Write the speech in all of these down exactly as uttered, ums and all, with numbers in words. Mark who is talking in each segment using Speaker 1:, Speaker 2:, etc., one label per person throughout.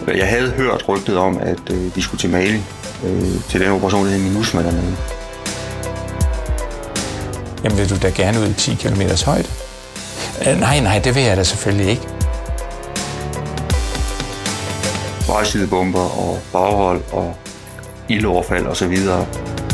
Speaker 1: Jeg havde hørt rygtet om, at øh, de skulle til Mali, øh, til den operation, der hed MINUSMA dernede.
Speaker 2: Jamen vil du da gerne ud i ti kilometers højde? Uh, nej, nej, det vil jeg da selvfølgelig ikke.
Speaker 1: Vejsidebomber og baghold og ildoverfald og så videre.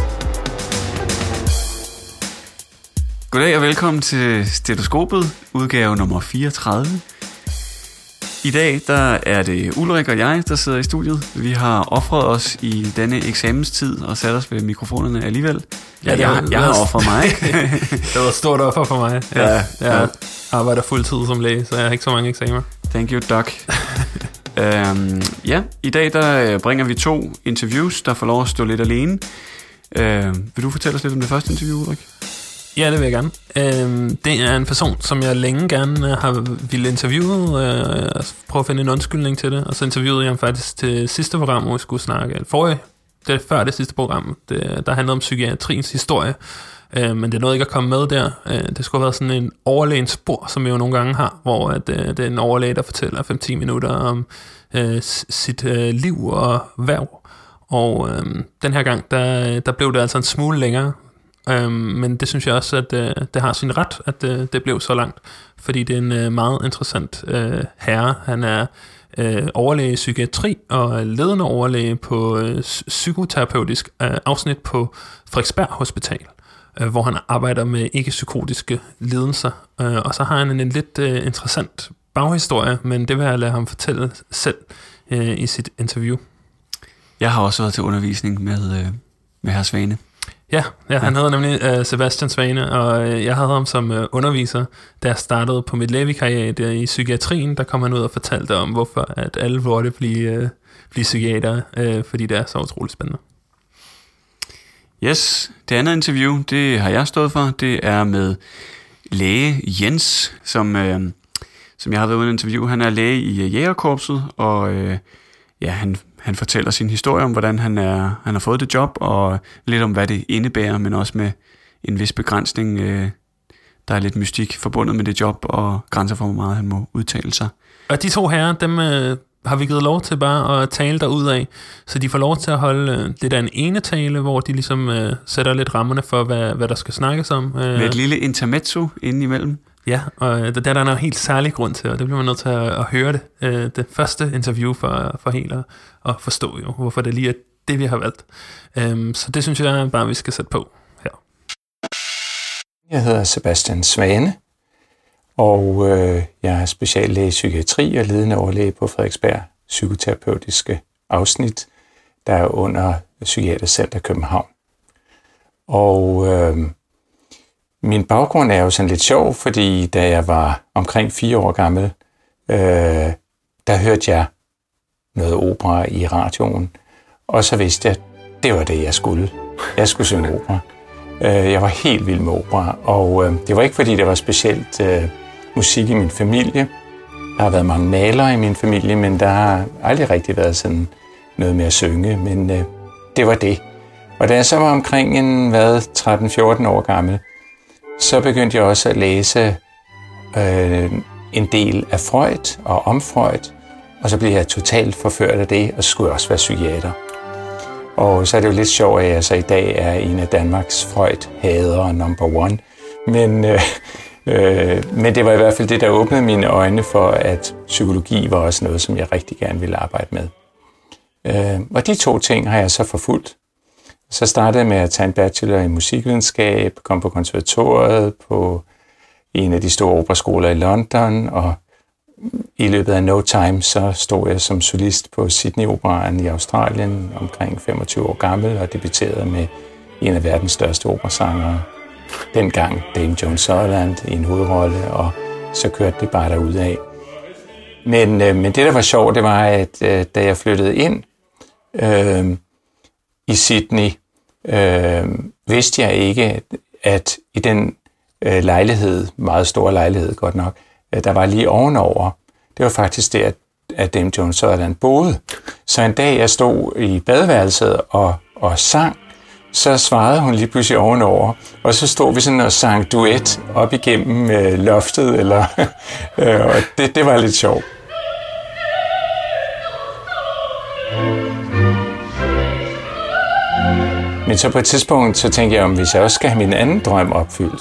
Speaker 3: Goddag og velkommen til Stetoskopet, udgave nummer fireogtredive. I dag der er det Ulrik og jeg, der sidder i studiet. Vi har offret os i denne eksamenstid og sat os ved mikrofonerne alligevel. Ja, ja, jeg, jeg har offret mig.
Speaker 4: Det var et stort offer for mig.
Speaker 3: Ja,
Speaker 4: jeg
Speaker 3: ja.
Speaker 4: arbejder fuldtid som læge, så jeg har ikke så mange eksamener.
Speaker 3: Thank you, Doc. øhm, ja, i dag der bringer vi to interviews, der får lov at stå lidt alene. Øhm, vil du fortælle os lidt om det første interview, Ulrik?
Speaker 4: Ja, det vil jeg gerne. Øhm, det er en person, som jeg længe gerne har ville interviewe, øh, og prøve at finde en undskyldning til det. Og så interviewede jeg ham faktisk til sidste program, hvor vi skulle snakke, forrige, det er før det sidste program, det, der handlede om psykiatriens historie. Øh, men det nåede ikke at komme med der. Øh, det skulle have været sådan en overlægens spor, som vi jo nogle gange har, hvor at, øh, det er en overlæge, der fortæller fem til ti minutter om øh, sit øh, liv og hverv. Og øh, den her gang, der, der blev det altså en smule længere. Um, men det synes jeg også, at uh, det har sin ret, at uh, det blev så langt, fordi det er en uh, meget interessant uh, herre. Han er uh, overlæge i psykiatri og ledende overlæge på uh, psykoterapeutisk uh, afsnit på Frederiksberg Hospital, uh, hvor han arbejder med ikke-psykotiske lidelser. Uh, og så har han en, en lidt uh, interessant baghistorie, men det vil jeg lade ham fortælle selv uh, i sit interview.
Speaker 3: Jeg har også været til undervisning med, uh, med herr Svane.
Speaker 4: Ja, ja, han hedder nemlig uh, Sebastian Svane, og uh, jeg havde ham som uh, underviser, da jeg startede på mit lægevikariat i psykiatrien. Der kom han ud og fortalte om, hvorfor at alle burde blive, uh, blive psykiatere, uh, fordi det er så utroligt spændende.
Speaker 3: Yes, det andet interview, det har jeg stået for. Det er med læge Jens, som, uh, som jeg har været ude i en interview. Han er læge i uh, Jægerkorpset, og uh, ja, han... Han fortæller sin historie om, hvordan han, er, han har fået det job, og lidt om, hvad det indebærer, men også med en vis begrænsning. Øh, der er lidt mystik forbundet med det job, og grænser for, hvor meget han må udtale sig.
Speaker 4: Og de to herrer, dem øh, har vi givet lov til bare at tale derudad, så de får lov til at holde øh, lidt af en ene tale, hvor de ligesom øh, sætter lidt rammerne for, hvad, hvad der skal snakkes om. Øh.
Speaker 3: Med et lille intermezzo indimellem.
Speaker 4: Ja, og der, der er der en helt særlig grund til, og det bliver man nødt til at, at høre det. Øh, det første interview for, for helt at, at forstå jo, hvorfor det lige er det, vi har valgt. Øh, så det synes jeg bare, vi skal sætte på her.
Speaker 2: Jeg hedder Sebastian Svane, og øh, jeg er speciallæge i psykiatri og ledende overlæge på Frederiksberg Psykoterapeutiske afsnit, der er under Psykiatrisk Center København. Og... Øh, Min baggrund er jo sådan lidt sjov, fordi da jeg var omkring fire år gammel, øh, der hørte jeg noget opera i radioen, og så vidste jeg, det var det, jeg skulle. Jeg skulle synge opera. Øh, jeg var helt vild med opera, og øh, det var ikke, fordi der var specielt øh, musik i min familie. Der har været mange malere i min familie, men der har aldrig rigtig været sådan noget med at synge, men øh, det var det. Og da jeg så var omkring en, hvad, tretten fjorten år gammel, så begyndte jeg også at læse øh, en del af Freud og om Freud, og så blev jeg totalt forført af det, og så skulle jeg også være psykiater. Og så er det jo lidt sjovt, at jeg så i dag er en af Danmarks Freud-hadere number one. Men, øh, øh, men det var i hvert fald det, der åbnede mine øjne for, at psykologi var også noget, som jeg rigtig gerne ville arbejde med. Øh, og de to ting har jeg så forfulgt. Så startede jeg med at tage en bachelor i musikvidenskab, kom på konservatoriet på en af de store operaskoler i London, og i løbet af no time, så stod jeg som solist på Sydney Operaen i Australien, omkring femogtyve år gammel, og debuterede med en af verdens største operasangere. Dengang Dame Joan Sutherland i en hovedrolle, og så kørte det bare derudad. Men, øh, men det, der var sjovt, det var, at øh, da jeg flyttede ind øh, i Sydney, øh, vidste jeg ikke, at, at i den øh, lejlighed, meget stor lejlighed godt nok, øh, der var lige ovenover, det var faktisk der, at Dame Joan Sutherland boede. Så en dag, jeg stod i badeværelset og, og sang, så svarede hun lige pludselig ovenover, og så stod vi sådan og sang duet op igennem øh, loftet, eller, øh, og det, det var lidt sjovt. Men så på et tidspunkt, så tænkte jeg, om hvis jeg også skal have min anden drøm opfyldt,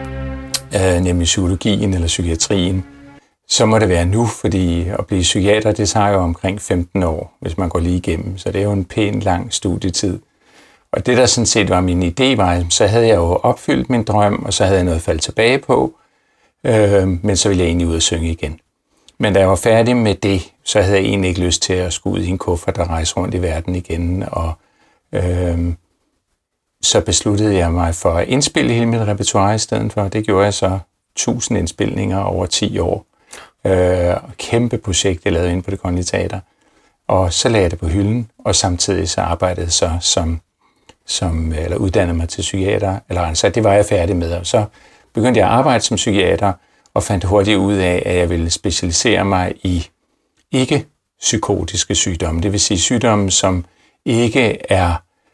Speaker 2: øh, nemlig psykologien eller psykiatrien, så må det være nu, fordi at blive psykiater, det tager jo omkring femten år, hvis man går lige igennem. Så det er jo en pæn lang studietid. Og det, der sådan set var min idé, var, så havde jeg jo opfyldt min drøm, og så havde jeg noget at falde tilbage på, øh, men så ville jeg egentlig ud og synge igen. Men da jeg var færdig med det, så havde jeg egentlig ikke lyst til at skulle ud i en kuffert og rejse rundt i verden igen, og øh, så besluttede jeg mig for at indspille hele mit repertoire i stedet for. Det gjorde jeg så tusind indspilninger over ti år. Øh, kæmpe projekt, jeg lavede inde på Det Kongelige Teater. Og så lagde jeg det på hylden, og samtidig så arbejdede jeg så som, som eller uddannede mig til psykiater, eller altså det var jeg færdig med. Og så begyndte jeg at arbejde som psykiater, og fandt hurtigt ud af, at jeg ville specialisere mig i ikke-psykotiske sygdomme. Det vil sige sygdomme, som ikke er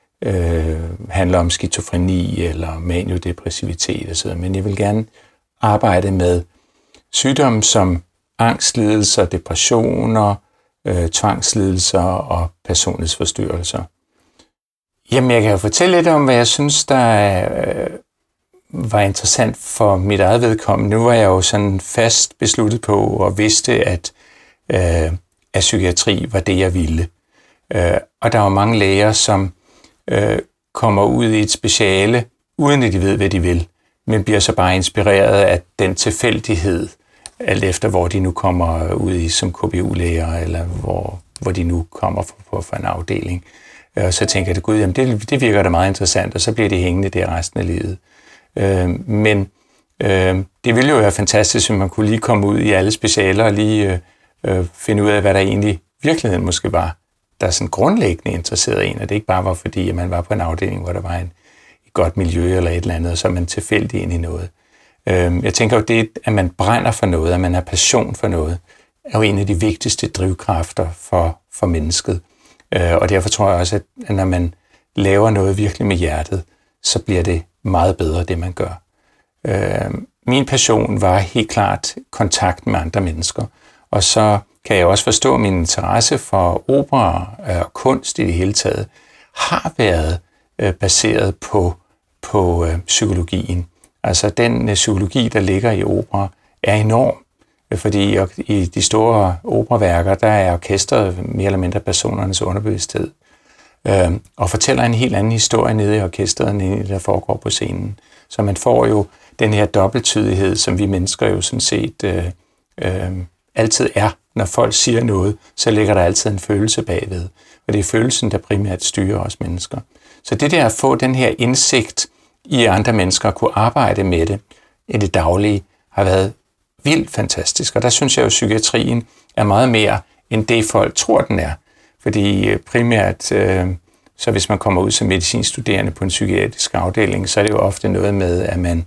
Speaker 2: øh, handler om skizofreni eller maniodepressivitet osv. Men jeg vil gerne arbejde med sygdomme som angstlidelser, depressioner, øh, tvangslidelser og personlighedsforstyrrelser. Jamen, jeg kan jo fortælle lidt om, hvad jeg synes, der øh, var interessant for mit eget vedkommende. Nu var jeg jo sådan fast besluttet på og vidste, at, øh, at psykiatri var det, jeg ville. Øh, og der var mange læger, som øh, kommer ud i et speciale, uden at de ved, hvad de vil, men bliver så bare inspireret af den tilfældighed, alt efter hvor de nu kommer ud i som K B U-læger, eller hvor, hvor de nu kommer for, for en afdeling. Og så tænker jeg, gud, jamen det, det virker da meget interessant, og så bliver de hængende der resten af livet. Øh, men øh, det ville jo være fantastisk, hvis man kunne lige komme ud i alle specialer og lige øh, øh, finde ud af, hvad der egentlig virkeligheden måske var, der sådan grundlæggende interesseret en, og det ikke bare var fordi, at man var på en afdeling, hvor der var en, et godt miljø eller et eller andet, og så er man tilfældig ind i noget. Øh, jeg tænker jo, det, at man brænder for noget, at man har passion for noget, er jo en af de vigtigste drivkræfter for, for mennesket. Øh, og derfor tror jeg også, at når man laver noget virkelig med hjertet, så bliver det meget bedre, det man gør. Øh, min passion var helt klart kontakt med andre mennesker, og så kan jeg også forstå, at min interesse for opera og kunst i det hele taget har været øh, baseret på, på øh, psykologien. Altså den øh, psykologi, der ligger i opera, er enorm, fordi i de store operaværker, der er orkestret mere eller mindre personernes underbevidsthed, øh, og fortæller en helt anden historie nede i orkestret, end der foregår på scenen. Så man får jo den her dobbelttydighed, som vi mennesker jo sådan set øh, øh, altid er. Når folk siger noget, så ligger der altid en følelse bagved, og det er følelsen, der primært styrer os mennesker. Så det der at få den her indsigt i andre mennesker og kunne arbejde med det i det daglige, har været vildt fantastisk. Og der synes jeg jo, at psykiatrien er meget mere end det, folk tror, den er. Fordi primært, øh, så hvis man kommer ud som medicinstuderende på en psykiatrisk afdeling, så er det jo ofte noget med, at man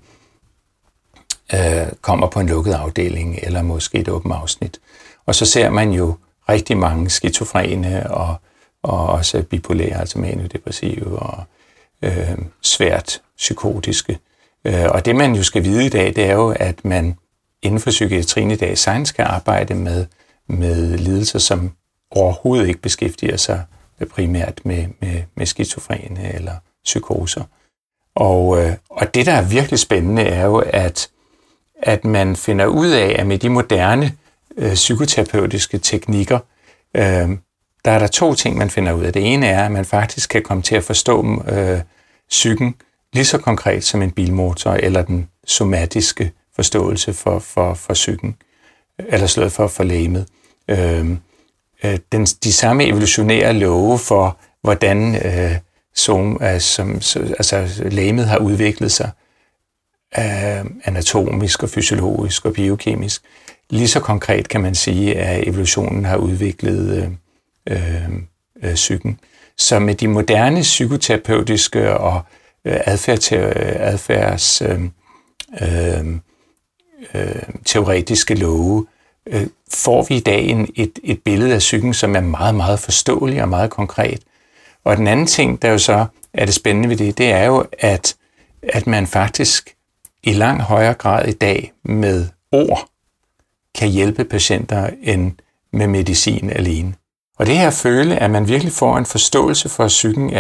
Speaker 2: øh, kommer på en lukket afdeling, eller måske et åbent afsnit. Og så ser man jo rigtig mange skizofrene og, og også bipolære, altså maniodepressive og øh, svært psykotiske. Øh, og det man jo skal vide i dag, det er jo, at man inden for psykiatrien i dag sagtens skal arbejde med, med lidelser, som overhovedet ikke beskæftiger sig primært med, med, med skizofrene eller psykoser. Og, øh, og det, der er virkelig spændende, er jo, at, at man finder ud af, at med de moderne øh, psykoterapeutiske teknikker, øh, der er der to ting, man finder ud af. Det ene er, at man faktisk kan komme til at forstå øh, psyken lige så konkret som en bilmotor, eller den somatiske forståelse for, for, for psyken, eller slået for, for legemet. Øh, øh, den, de samme evolutionære love for, hvordan øh, som, øh, som, altså, legemet har udviklet sig, øh, anatomisk og fysiologisk og biokemisk. Lige så konkret kan man sige, at evolutionen har udviklet øh, øh, psyken. Så med de moderne psykoterapeutiske og øh, adfærds, adfærds øh, øh, øh, teoretiske love, øh, får vi i dag en, et, et billede af psyken, som er meget, meget forståelig og meget konkret. Og den anden ting, der jo så er det spændende ved det, det er jo, at, at man faktisk i langt højere grad i dag med ord kan hjælpe patienter end med medicin alene. Og det her føle, at man virkelig får en forståelse for psyken, er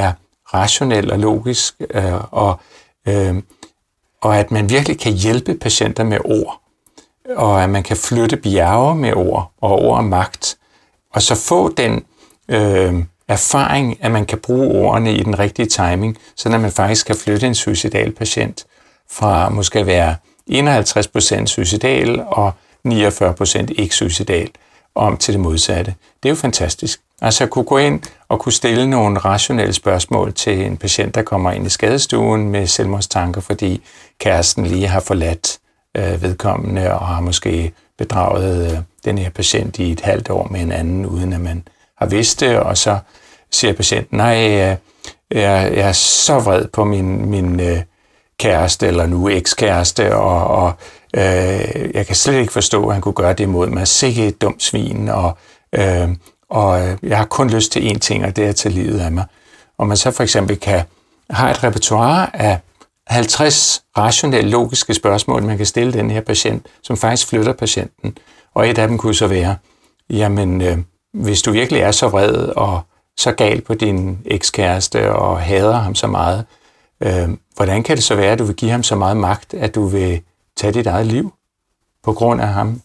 Speaker 2: rationel og logisk, øh, og, øh, og at man virkelig kan hjælpe patienter med ord, og at man kan flytte bjerge med ord, og ord og magt, og så få den øh, erfaring, at man kan bruge ordene i den rigtige timing, så man faktisk kan flytte en suicidal patient fra måske at være enoghalvtreds procent suicidal og niogfyrre procent ikke suicidal, om til det modsatte. Det er jo fantastisk. Altså at kunne gå ind og kunne stille nogle rationelle spørgsmål til en patient, der kommer ind i skadestuen med selvmordstanker, fordi kæresten lige har forladt øh, vedkommende og har måske bedraget øh, den her patient i et halvt år med en anden, uden at man har vidst det, og så siger patienten, nej, jeg, jeg er så vred på min, min øh, kæreste, eller nu ekskæreste, og, og øh, jeg kan slet ikke forstå, at han kunne gøre det imod mig. Sikke et dumt svin, og, øh, og jeg har kun lyst til én ting, og det er at tage livet af mig. Og man så for eksempel kan have et repertoire af halvtreds rationelle, logiske spørgsmål, man kan stille den her patient, som faktisk flytter patienten. Og et af dem kunne så være, jamen, øh, hvis du virkelig er så vred og så gal på din ekskæreste og hader ham så meget, øh, hvordan kan det så være, at du vil give ham så meget magt, at du vil tage dit eget liv på grund af ham?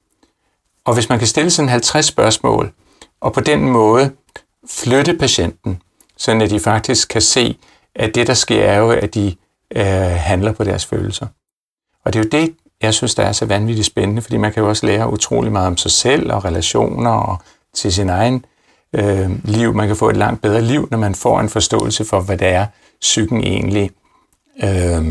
Speaker 2: Og hvis man kan stille sådan halvtreds spørgsmål, og på den måde flytte patienten, så at de faktisk kan se, at det, der sker, er jo, at de øh, handler på deres følelser. Og det er jo det, jeg synes, der er så vanvittigt spændende, fordi man kan jo også lære utrolig meget om sig selv og relationer og til sin egen øh, liv. Man kan få et langt bedre liv, når man får en forståelse for, hvad det er, psyken egentlig, øh,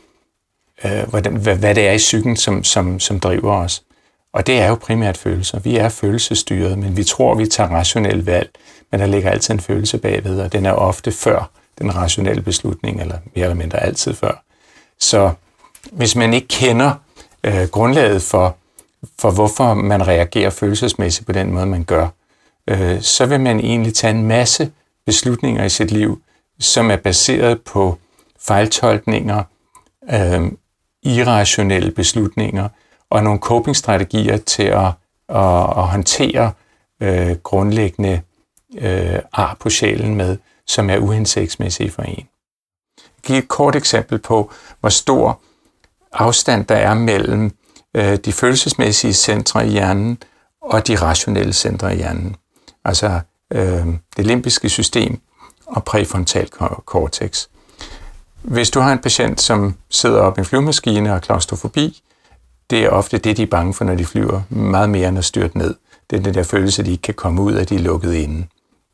Speaker 2: øh, hvad, hvad, hvad det er i psyken, som, som, som driver os. Og det er jo primært følelser. Vi er følelsesstyret, men vi tror, vi tager rationelt valg, men der ligger altid en følelse bagved, og den er ofte før den rationelle beslutning, eller mere eller mindre altid før. Så hvis man ikke kender øh, grundlaget for, for, hvorfor man reagerer følelsesmæssigt på den måde, man gør, øh, så vil man egentlig tage en masse beslutninger i sit liv, som er baseret på fejltolkninger, øh, irrationelle beslutninger og nogle copingstrategier til at, at, at håndtere øh, grundlæggende øh, ar på sjælen med, som er uhensigtsmæssige for en. Jeg giver et kort eksempel på, hvor stor afstand der er mellem øh, de følelsesmæssige centre i hjernen og de rationelle centre i hjernen. Altså øh, det limbiske system og præfrontal cortex. Hvis du har en patient, som sidder op i en flyvemaskine og har klaustrofobi, det er ofte det, de er bange for, når de flyver, meget mere end at styrte ned. Det er den der følelse, at de ikke kan komme ud af, de er lukket inde.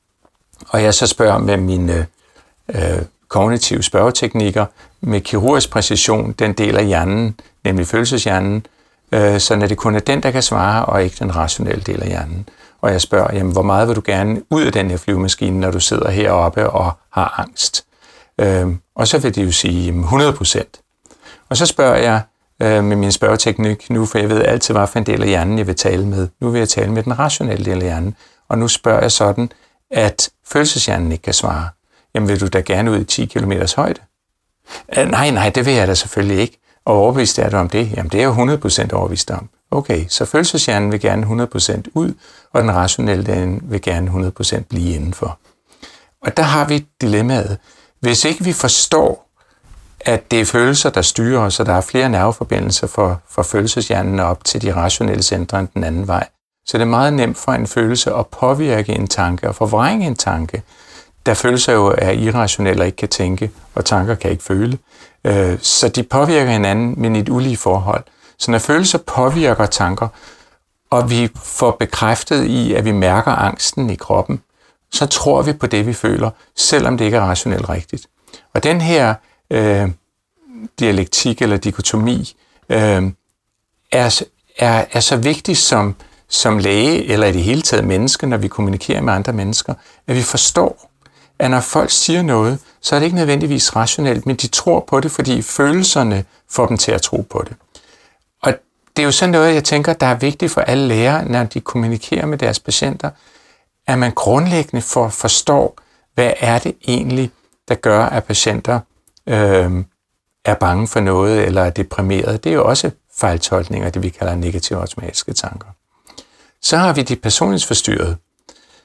Speaker 2: Og jeg så spørger med mine øh, kognitive spørgeteknikker, med kirurgisk præcision, den del af hjernen, nemlig følelseshjernen, øh, så det kun er den, der kan svare, og ikke den rationelle del af hjernen. Og jeg spørger, jamen, hvor meget vil du gerne ud af den her flyvemaskine, når du sidder heroppe og har angst? Øh, og så vil de jo sige, jamen, hundrede procent. Og så spørger jeg øh, med min spørgeteknik nu, for jeg ved altid, hvad for en del af hjernen, jeg vil tale med. Nu vil jeg tale med den rationelle del af hjernen. Og nu spørger jeg sådan, at følelseshjernen ikke kan svare. Jamen, vil du da gerne ud i ti kilometers højde? Øh, nej, nej, det vil jeg da selvfølgelig ikke. Og overbevist er du om det? Jamen, det er jo hundrede procent overbevist om. Okay, så følelseshjernen vil gerne hundrede procent ud, og den rationelle den vil gerne hundrede procent blive indenfor. Og der har vi dilemmaet. Hvis ikke vi forstår, at det er følelser, der styrer os, og der er flere nerveforbindelser fra, fra følelseshjernen op til de rationelle centre end den anden vej, så det er meget nemt for en følelse at påvirke en tanke og forvrænge en tanke, da følelser jo er irrationelle og ikke kan tænke, og tanker kan ikke føle. Så de påvirker hinanden, men i et ulige forhold. Så når følelser påvirker tanker, og vi får bekræftet i, at vi mærker angsten i kroppen, så tror vi på det, vi føler, selvom det ikke er rationelt rigtigt. Og den her øh, dialektik eller dikotomi øh, er, er, er så vigtig som, som læge, eller i det hele taget menneske, når vi kommunikerer med andre mennesker, at vi forstår, at når folk siger noget, så er det ikke nødvendigvis rationelt, men de tror på det, fordi følelserne får dem til at tro på det. Og det er jo sådan noget, jeg tænker, der er vigtigt for alle læger, når de kommunikerer med deres patienter, at man grundlæggende for, forstår, hvad er det egentlig, der gør, at patienter øh, er bange for noget, eller er deprimeret. Det er jo også fejltolkninger, det vi kalder negative automatiske tanker. Så har vi de personlighedsforstyrrede.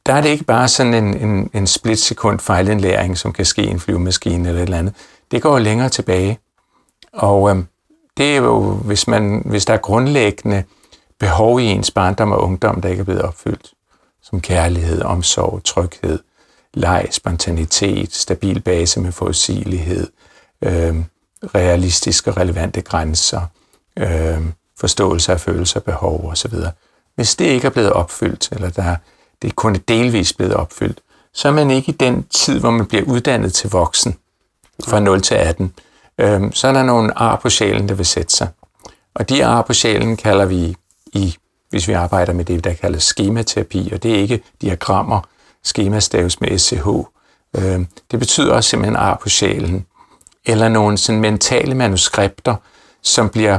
Speaker 2: der er det ikke bare sådan en, en, en splitsekund fejlindlæring, som kan ske i en flyvemaskine eller et eller andet. Det går længere tilbage. Og øhm, det er jo, hvis, man, hvis der er grundlæggende behov i ens barndom og ungdom, der ikke er blevet opfyldt, som kærlighed, omsorg, tryghed, leg, spontanitet, stabil base med forudsigelighed, øhm, realistiske og relevante grænser, øhm, forståelse af følelser, behov osv. Hvis det ikke er blevet opfyldt, eller der, det er kun delvis blevet opfyldt, så er man ikke i den tid, hvor man bliver uddannet til voksen, fra nul til atten. Øhm, så er der nogle ar på sjælen, der vil sætte sig. Og de ar på sjælen kalder vi, i, hvis vi arbejder med det, der kaldes skematerapi, og det er ikke diagrammer, skema staves med S C H. Øhm, det betyder også simpelthen ar på sjælen, eller nogle sådan mentale manuskripter, som bliver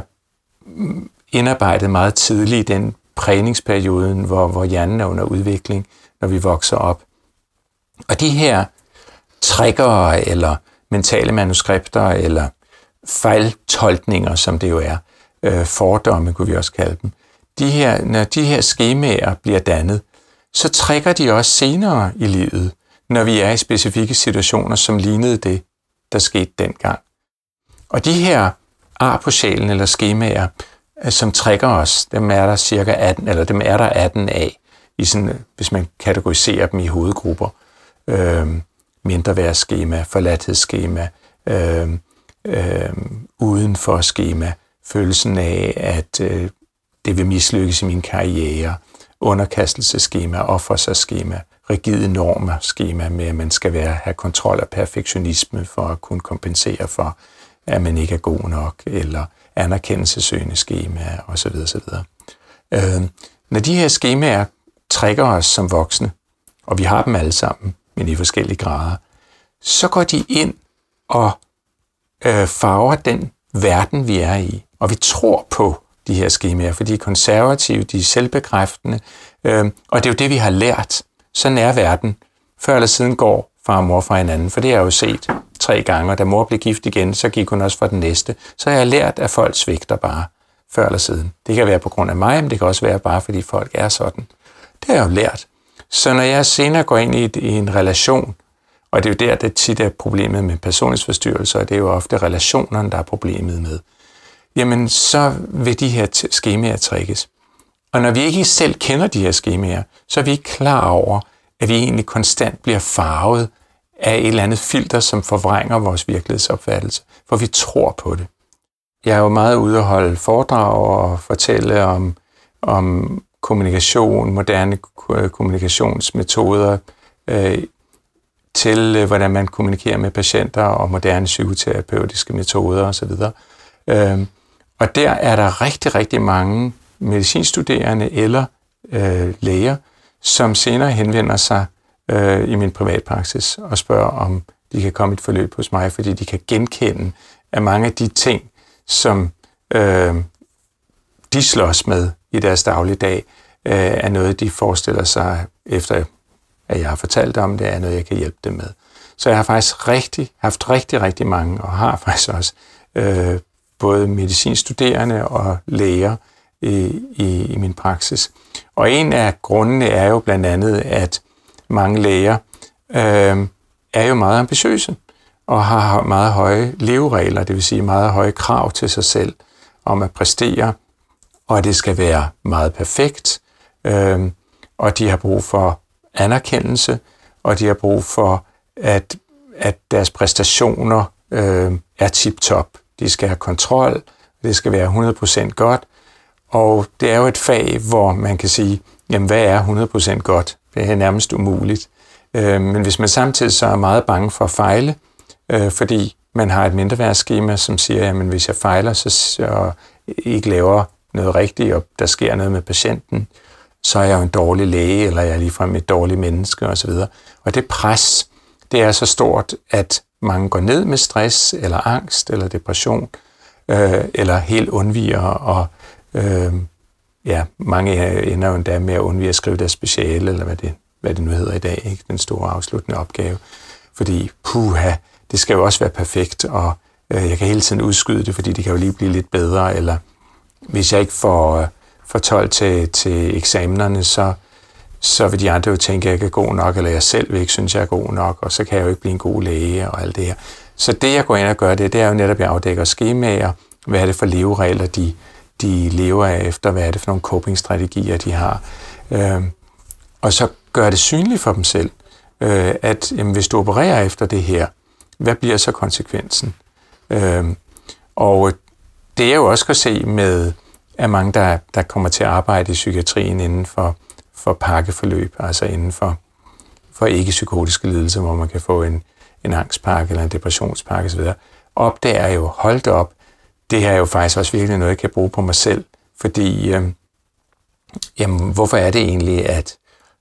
Speaker 2: indarbejdet meget tidligt i den prægningsperioden, hvor, hvor hjernen er under udvikling, når vi vokser op. Og de her triggere, eller mentale manuskripter, eller fejltolkninger, som det jo er, øh, fordomme kunne vi også kalde dem, de her, når de her skemaer bliver dannet, så trigger de også senere i livet, når vi er i specifikke situationer, som lignede det, der skete dengang. Og de her ar på sjælen, eller skemaer, som trigger os, dem er der cirka atten, eller dem er der atten af, i sådan, hvis man kategoriserer dem i hovedgrupper. Øhm, mindreværdsskema, forladthedsskema, øhm, øhm, udenfor skema, følelsen af, at øh, det vil mislykkes i min karriere, underkastelsesskema, offersskema, rigide normer skema med, at man skal være, have kontrol og perfektionisme for at kunne kompensere for, at man ikke er god nok, eller anerkendelsessøgende skema osv. osv. Øh, når de her skemaer trigger os som voksne, og vi har dem alle sammen, men i forskellige grader, så går de ind og øh, farver den verden, vi er i. Og vi tror på de her skemaer, for de er konservative, de er selvbekræftende, øh, og det er jo det, vi har lært. Sådan er verden. Før eller siden går far og mor fra hinanden, for det har jeg jo set tre gange, og da mor blev gift igen, så gik hun også fra den næste. Så har jeg lært, at folk svigter bare før eller siden. Det kan være på grund af mig, men det kan også være bare, fordi folk er sådan. Det har jeg jo lært. Så når jeg senere går ind i, et, i en relation, og det er jo der, det tit er problemet med personlighedsforstyrrelser, og det er jo ofte relationerne, der er problemet med, jamen så vil de her t- skemaer trigges. Og når vi ikke selv kender de her skemaer, så er vi ikke klar over, at vi egentlig konstant bliver farvet af et eller andet filter, som forvrænger vores virkelighedsopfattelse, for vi tror på det. Jeg er jo meget ude at holde foredrag og fortælle om, om kommunikation, moderne kommunikationsmetoder, øh, til øh, hvordan man kommunikerer med patienter og moderne psykoterapeutiske metoder osv. Øh, og der er der rigtig, rigtig mange medicinstuderende eller øh, læger, som senere henvender sig øh, i min privatpraksis og spørger, om de kan komme i et forløb hos mig, fordi de kan genkende, at mange af de ting, som øh, de slås med i deres dagligdag, øh, er noget, de forestiller sig, efter at jeg har fortalt om det, er noget, jeg kan hjælpe dem med. Så jeg har faktisk rigtig, haft rigtig, rigtig mange, og har faktisk også øh, både medicinstuderende og læger i, i, i min praksis. Og en af grundene er jo blandt andet, at mange læger øh, er jo meget ambitiøse og har meget høje leveregler, det vil sige meget høje krav til sig selv om at præstere, og at det skal være meget perfekt, øh, og de har brug for anerkendelse, og de har brug for, at, at deres præstationer øh, er tip-top. De skal have kontrol, det skal være hundrede procent godt, og det er jo et fag, hvor man kan sige, jamen hvad er hundrede procent godt? Det er nærmest umuligt. Øh, men hvis man samtidig så er meget bange for at fejle, øh, fordi man har et mindreværdsskema, som siger, jamen hvis jeg fejler, så, så ikke laver noget rigtigt, og der sker noget med patienten, så er jeg jo en dårlig læge, eller jeg er ligefrem et dårligt menneske osv. Og det pres, det er så stort, at mange går ned med stress, eller angst, eller depression, øh, eller helt undviger, og øh, ja, mange ender jo endda med at undvige at skrive deres speciale, eller hvad det, hvad det nu hedder i dag, ikke? Den store afsluttende opgave. Fordi, puha, det skal jo også være perfekt, og øh, jeg kan hele tiden udskyde det, fordi det kan jo lige blive lidt bedre, eller hvis jeg ikke får, øh, får tolv til, til eksamenerne, så, så vil de andre jo tænke, at jeg ikke er god nok, eller jeg selv vil ikke synes, jeg er god nok, og så kan jeg jo ikke blive en god læge og alt det her. Så det, jeg går ind og gør, det, det er jo netop, at jeg afdækker skemaer. Hvad er det for leveregler, de, de lever af efter? Hvad er det for nogle coping-strategier, de har? Øhm, og så gør det synligt for dem selv, øh, at jamen, hvis du opererer efter det her, hvad bliver så konsekvensen? Øhm, og det jeg jo også kan se med, at mange, der, der kommer til at arbejde i psykiatrien inden for, for pakkeforløb, altså inden for, for ikke-psykotiske lidelser, hvor man kan få en, en angstpakke eller en depressionspakke osv., opdager jo, hold det op, det her er jo faktisk også virkelig noget, jeg kan bruge på mig selv, fordi øhm, jamen, hvorfor er det egentlig, at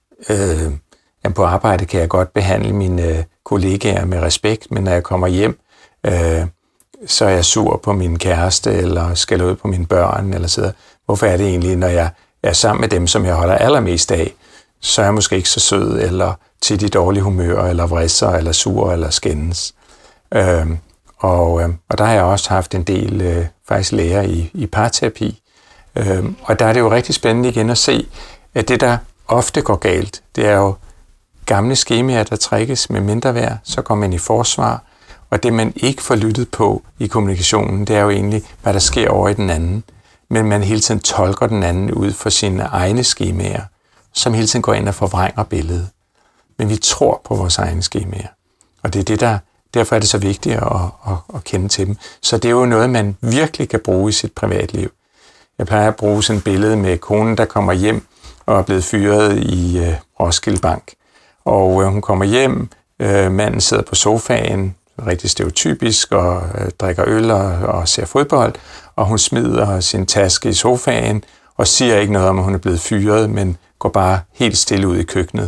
Speaker 2: øh, jamen, på arbejde kan jeg godt behandle mine øh, kollegaer med respekt, men når jeg kommer hjem, øh, så er jeg sur på min kæreste, eller skælder ud på mine børn, eller så. Hvorfor er det egentlig, når jeg er sammen med dem, som jeg holder allermest af, så er jeg måske ikke så sød, eller tit i dårlig humør, eller vrisser, eller sur, eller skændes. Øh, Og, øh, og der har jeg også haft en del øh, faktisk lærer i, i parterapi. Øh, og der er det jo rigtig spændende igen at se, at det, der ofte går galt, det er jo gamle skemaer, der trækkes med mindre værd, så går man i forsvar. Og det, man ikke får lyttet på i kommunikationen, det er jo egentlig, hvad der sker over i den anden. Men man hele tiden tolker den anden ud for sine egne skemaer, som hele tiden går ind og forvrænger billedet. Men vi tror på vores egne skemaer. Og det er det, der Derfor er det så vigtigt at, at, at kende til dem. Så det er jo noget, man virkelig kan bruge i sit privatliv. Jeg plejer at bruge sådan et billede med konen, der kommer hjem og er blevet fyret i øh, Roskilde Bank. Og øh, hun kommer hjem, øh, manden sidder på sofaen, rigtig stereotypisk, og øh, drikker øl og, og ser fodbold. Og hun smider sin taske i sofaen og siger ikke noget om, at hun er blevet fyret, men går bare helt stille ud i køkkenet.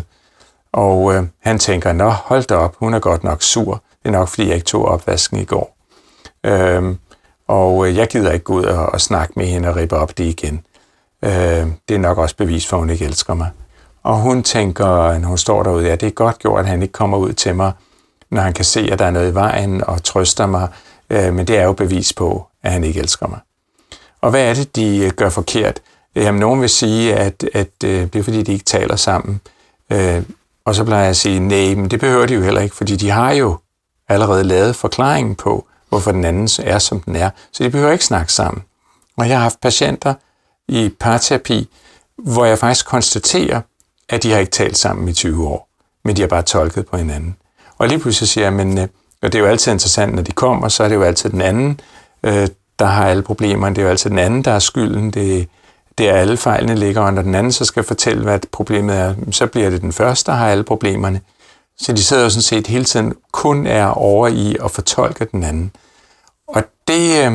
Speaker 2: Og øh, han tænker, nå, hold da op, hun er godt nok sur. Det er nok, fordi jeg ikke tog opvasken i går. Øhm, og jeg gider ikke gå ud og, og snakke med hende og rippe op det igen. Øhm, det er nok også bevis for, at hun ikke elsker mig. Og hun tænker, når hun står derude, ja, det er godt gjort, at han ikke kommer ud til mig, når han kan se, at der er noget i vejen og trøster mig. Øh, men det er jo bevis på, at han ikke elsker mig. Og hvad er det, de gør forkert? Jamen, nogen vil sige, at, at øh, det er, fordi de ikke taler sammen. Øh, og så plejer jeg at sige, nej, men det behøver de jo heller ikke, fordi de har jo allerede lavet forklaringen på, hvorfor den anden er, som den er. Så de behøver ikke snakke sammen. Og jeg har haft patienter i parterapi, hvor jeg faktisk konstaterer, at de har ikke talt sammen i tyve år, men de har bare tolket på hinanden. Og lige pludselig siger jeg, men, og det er jo altid interessant, når de kommer, så er det jo altid den anden, der har alle problemerne. Det er jo altid den anden, der er skylden. Det, det er alle fejlene ligger, og når den anden så skal fortælle, hvad problemet er, så bliver det den første, der har alle problemerne. Så de sidder jo sådan set hele tiden kun er over i at fortolke den anden. Og det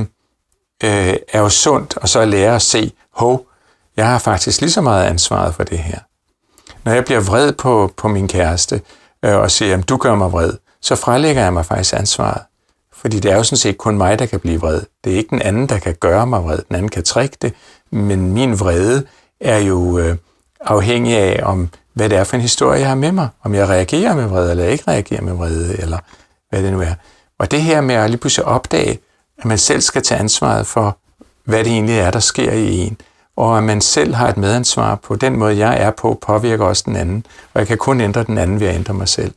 Speaker 2: øh, er jo sundt at så lære at se, hov, jeg har faktisk lige så meget ansvaret for det her. Når jeg bliver vred på, på min kæreste øh, og siger, at du gør mig vred, så frelægger jeg mig faktisk ansvaret. Fordi det er jo sådan set kun mig, der kan blive vred. Det er ikke den anden, der kan gøre mig vred. Den anden kan trække det, men min vrede er jo øh, afhængig af, om hvad det er for en historie, jeg har med mig. Om jeg reagerer med vrede, eller ikke reagerer med vrede, eller hvad det nu er. Og det her med at lige pludselig opdage, at man selv skal tage ansvaret for, hvad det egentlig er, der sker i en, og at man selv har et medansvar på den måde, jeg er på, påvirker også den anden, og jeg kan kun ændre den anden ved at ændre mig selv.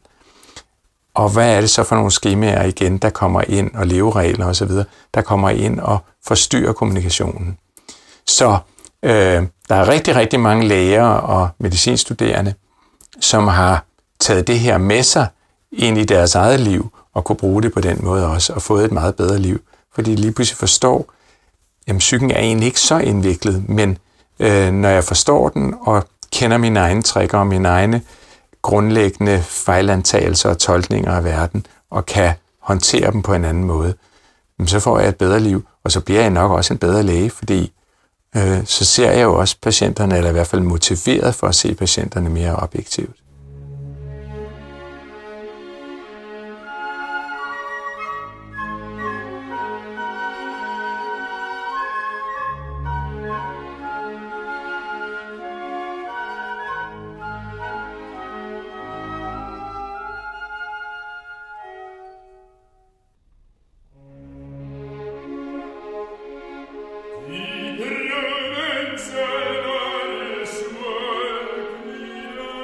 Speaker 2: Og hvad er det så for nogle skemaer igen, der kommer ind, og leveregler osv., der kommer ind og forstyrrer kommunikationen. Så øh, der er rigtig, rigtig mange læger og medicinstuderende, som har taget det her med sig ind i deres eget liv, og kunne bruge det på den måde også, og fået et meget bedre liv. Fordi de lige pludselig forstår, at psyken er egentlig ikke så indviklet, men øh, når jeg forstår den, og kender mine egne trækker og mine egne grundlæggende fejlantagelser og tolkninger af verden, og kan håndtere dem på en anden måde, så får jeg et bedre liv, og så bliver jeg nok også en bedre læge, fordi øh, så ser jeg jo også patienterne, eller i hvert fald motiveret for at se patienterne mere objektivt.
Speaker 5: Die Presenza des Volk wieder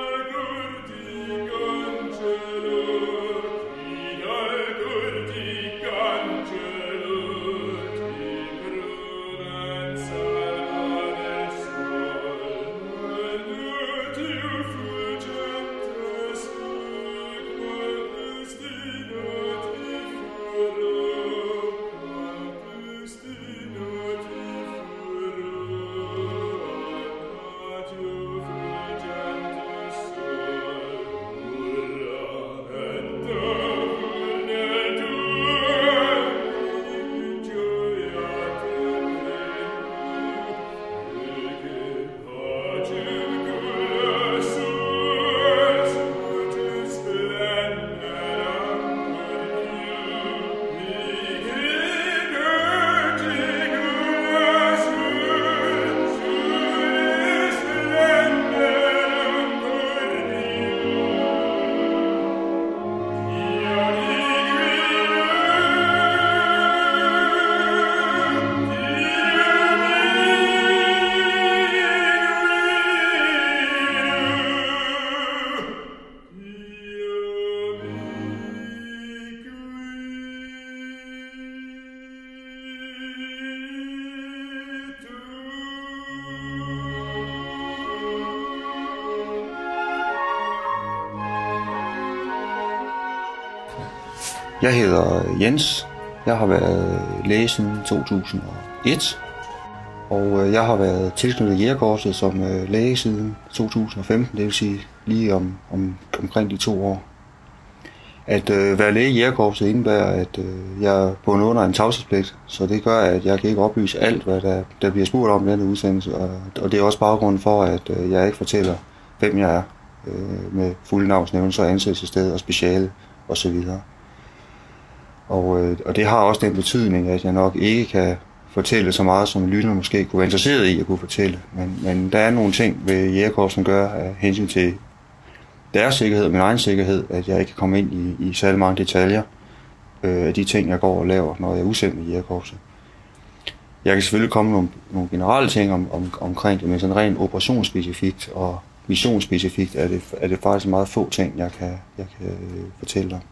Speaker 1: Jeg hedder Jens. Jeg har været læge siden to tusind og et, og jeg har været tilknyttet Jægerkorpset som læge siden to tusind og femten, det vil sige lige om, om, omkring de to år. At øh, være læge i Jægerkorpset indebærer, at øh, jeg er bundet under en tavshedspligt, så det gør, at jeg kan ikke oplyse alt, hvad der, der bliver spurgt om i denne udsendelse, og, og det er også baggrunden for, at øh, jeg ikke fortæller, hvem jeg er, øh, med fulde navnsnævnelse og ansættelsessted og speciale osv. Og, øh, og det har også den betydning, at jeg nok ikke kan fortælle så meget, som lytterne måske kunne være interesseret i at kunne fortælle. Men, men der er nogle ting ved Jægerkorpset, som gør af hensyn til deres sikkerhed og min egen sikkerhed, at jeg ikke kan komme ind i, i særlig mange detaljer øh, af de ting, jeg går og laver, når jeg er udsendt med Jægerkorpset. Jeg kan selvfølgelig komme nogle, nogle generelle ting om, om, omkring det, men sådan rent operationsspecifikt og missionsspecifikt er det, er det faktisk meget få ting, jeg kan, jeg kan øh, fortælle dig.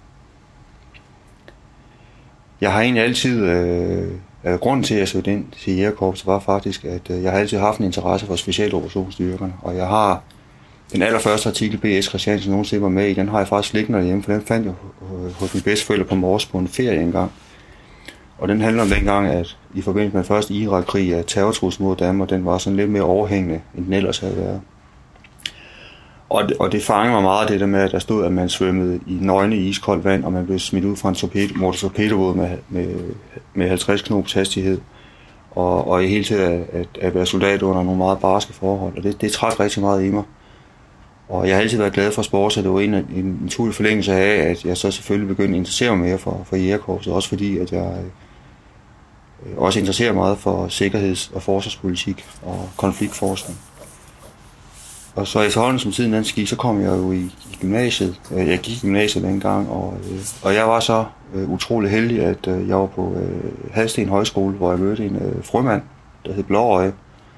Speaker 1: Jeg har egentlig altid, øh, grunden til at jeg søgte ind til Jægerkorpset var faktisk, at øh, jeg har altid haft en interesse for specialoperationsstyrkerne, og jeg har den allerførste artikel, B S Christiansen nogensinde var med i, den har jeg faktisk liggende derhjemme, for den fandt jeg hos mine bedsteforældre på Mors på en ferie engang. Og den handler om dengang, at i forbindelse med den første Irak-krig, at terrortruslen mod Danmark, den var sådan lidt mere overhængende, end den ellers havde været. Og det, og det fangede mig meget, det der med, at der stod, at man svømmede i nøgne i iskoldt vand, og man blev smidt ud fra en torpedo, motortorpedobåd med, med, med halvtreds knops hastighed. Og, og i hele tiden at, at, at være soldat under nogle meget barske forhold. Og det, det trak rigtig meget i mig. Og jeg har altid været glad for sport, så det var en, en, en naturlig forlængelse af, at jeg så selvfølgelig begyndte at interessere mig mere for, for Jægerkorpset. Også fordi, at jeg øh, også interesserer meget for sikkerheds- og forsvarspolitik og konfliktforskning. Og så efterhånden som tiden anden gik, så kom jeg jo i, i gymnasiet. Jeg gik i gymnasiet dengang, og, øh, og jeg var så øh, utrolig heldig, at øh, jeg var på øh, Hadsten Højskole, hvor jeg mødte en øh, frømand, der hed Blåøje.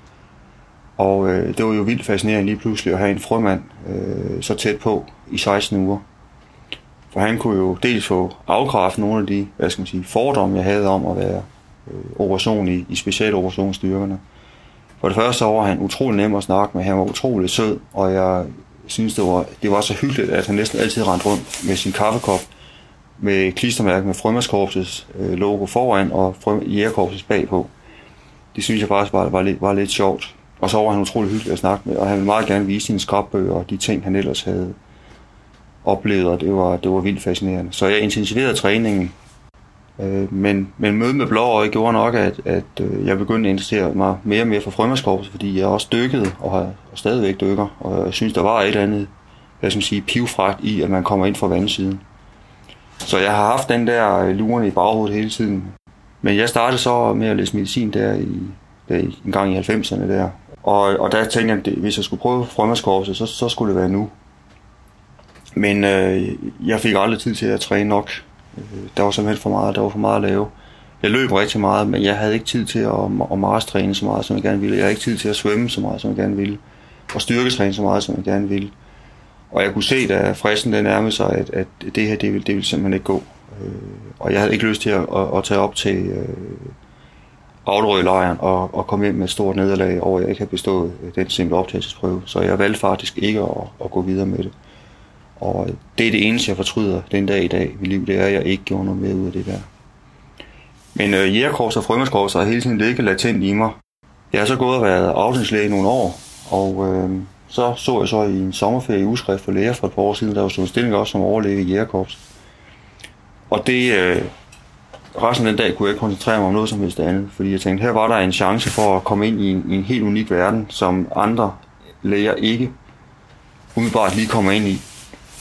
Speaker 1: Og øh, det var jo vildt fascinerende lige pludselig at have en frømand øh, så tæt på i seksten uger. For han kunne jo dels få afkræftet nogle af de, hvad skal man sige, fordomme, jeg havde om at være øh, operation i, i specialoperationsstyrkerne. For det første år var han utrolig nem at snakke med, han var utrolig sød, og jeg synes, det var, det var så hyggeligt, at han næsten altid rendte rundt med sin kaffekop, med klistermærke med Frømandskorpsets øh, logo foran og Jægerkorpsets bagpå. Det synes jeg faktisk var, var, lidt, var lidt sjovt. Og så var han utrolig hyggelig at snakke med, og han ville meget gerne vise sine skrabbøger og de ting, han ellers havde oplevet, og det var, det var vildt fascinerende. Så jeg intensiverede træningen, øh, men, men mødet med Blåøje gjorde nok, at, at øh, jeg begyndte at interessere mig mere og mere for Frømandskorpset, fordi jeg også dykkede, og har og stadigvæk dykker, og jeg synes, der var et eller andet, hvad skal man sige, pivfragt i, at man kommer ind fra vandsiden. Så jeg har haft den der lurende i baghovedet hele tiden. Men jeg startede så med at læse medicin der i, der i en gang i halvfemserne der. Og, og der tænkte jeg, at hvis jeg skulle prøve Frømandskorpset, så, så skulle det være nu. Men øh, jeg fik aldrig tid til at træne nok. Der var simpelthen for meget, der var for meget at lave. Jeg løb rigtig meget, men jeg havde ikke tid til at, at marstræne så meget, som jeg gerne ville. Jeg havde ikke tid til at svømme så meget, som jeg gerne ville. Og styrketræne så meget, som jeg gerne ville. Og jeg kunne se, da fristen den nærmede sig, at, at det her, det ville, det ville simpelthen ikke gå. Og jeg havde ikke lyst til at, at, at tage op til øh, Auderød-lejren og, og komme hjem med et stort nederlag over, at jeg ikke havde bestået den simple optagelsesprøve. Så jeg valgte faktisk ikke at, at gå videre med det. Og det er det eneste, jeg fortryder den dag i dag i livet, det er, at jeg ikke gjorde noget mere ud af det der. Men øh, Jægerkorpset og Frømandskorpset har hele tiden ligget latent i mig. Jeg har så gået og været afdelingslæge i nogle år, og øh, så så jeg så i en sommerferie i Ugeskrift for læger for et par år siden, der var sådan en stilling også som overlæge i Jægerkorpset. Og det, øh, resten af den dag kunne jeg ikke koncentrere mig om noget som helst andet, fordi jeg tænkte, her var der en chance for at komme ind i en, i en helt unik verden, som andre læger ikke umiddelbart lige kommer ind i.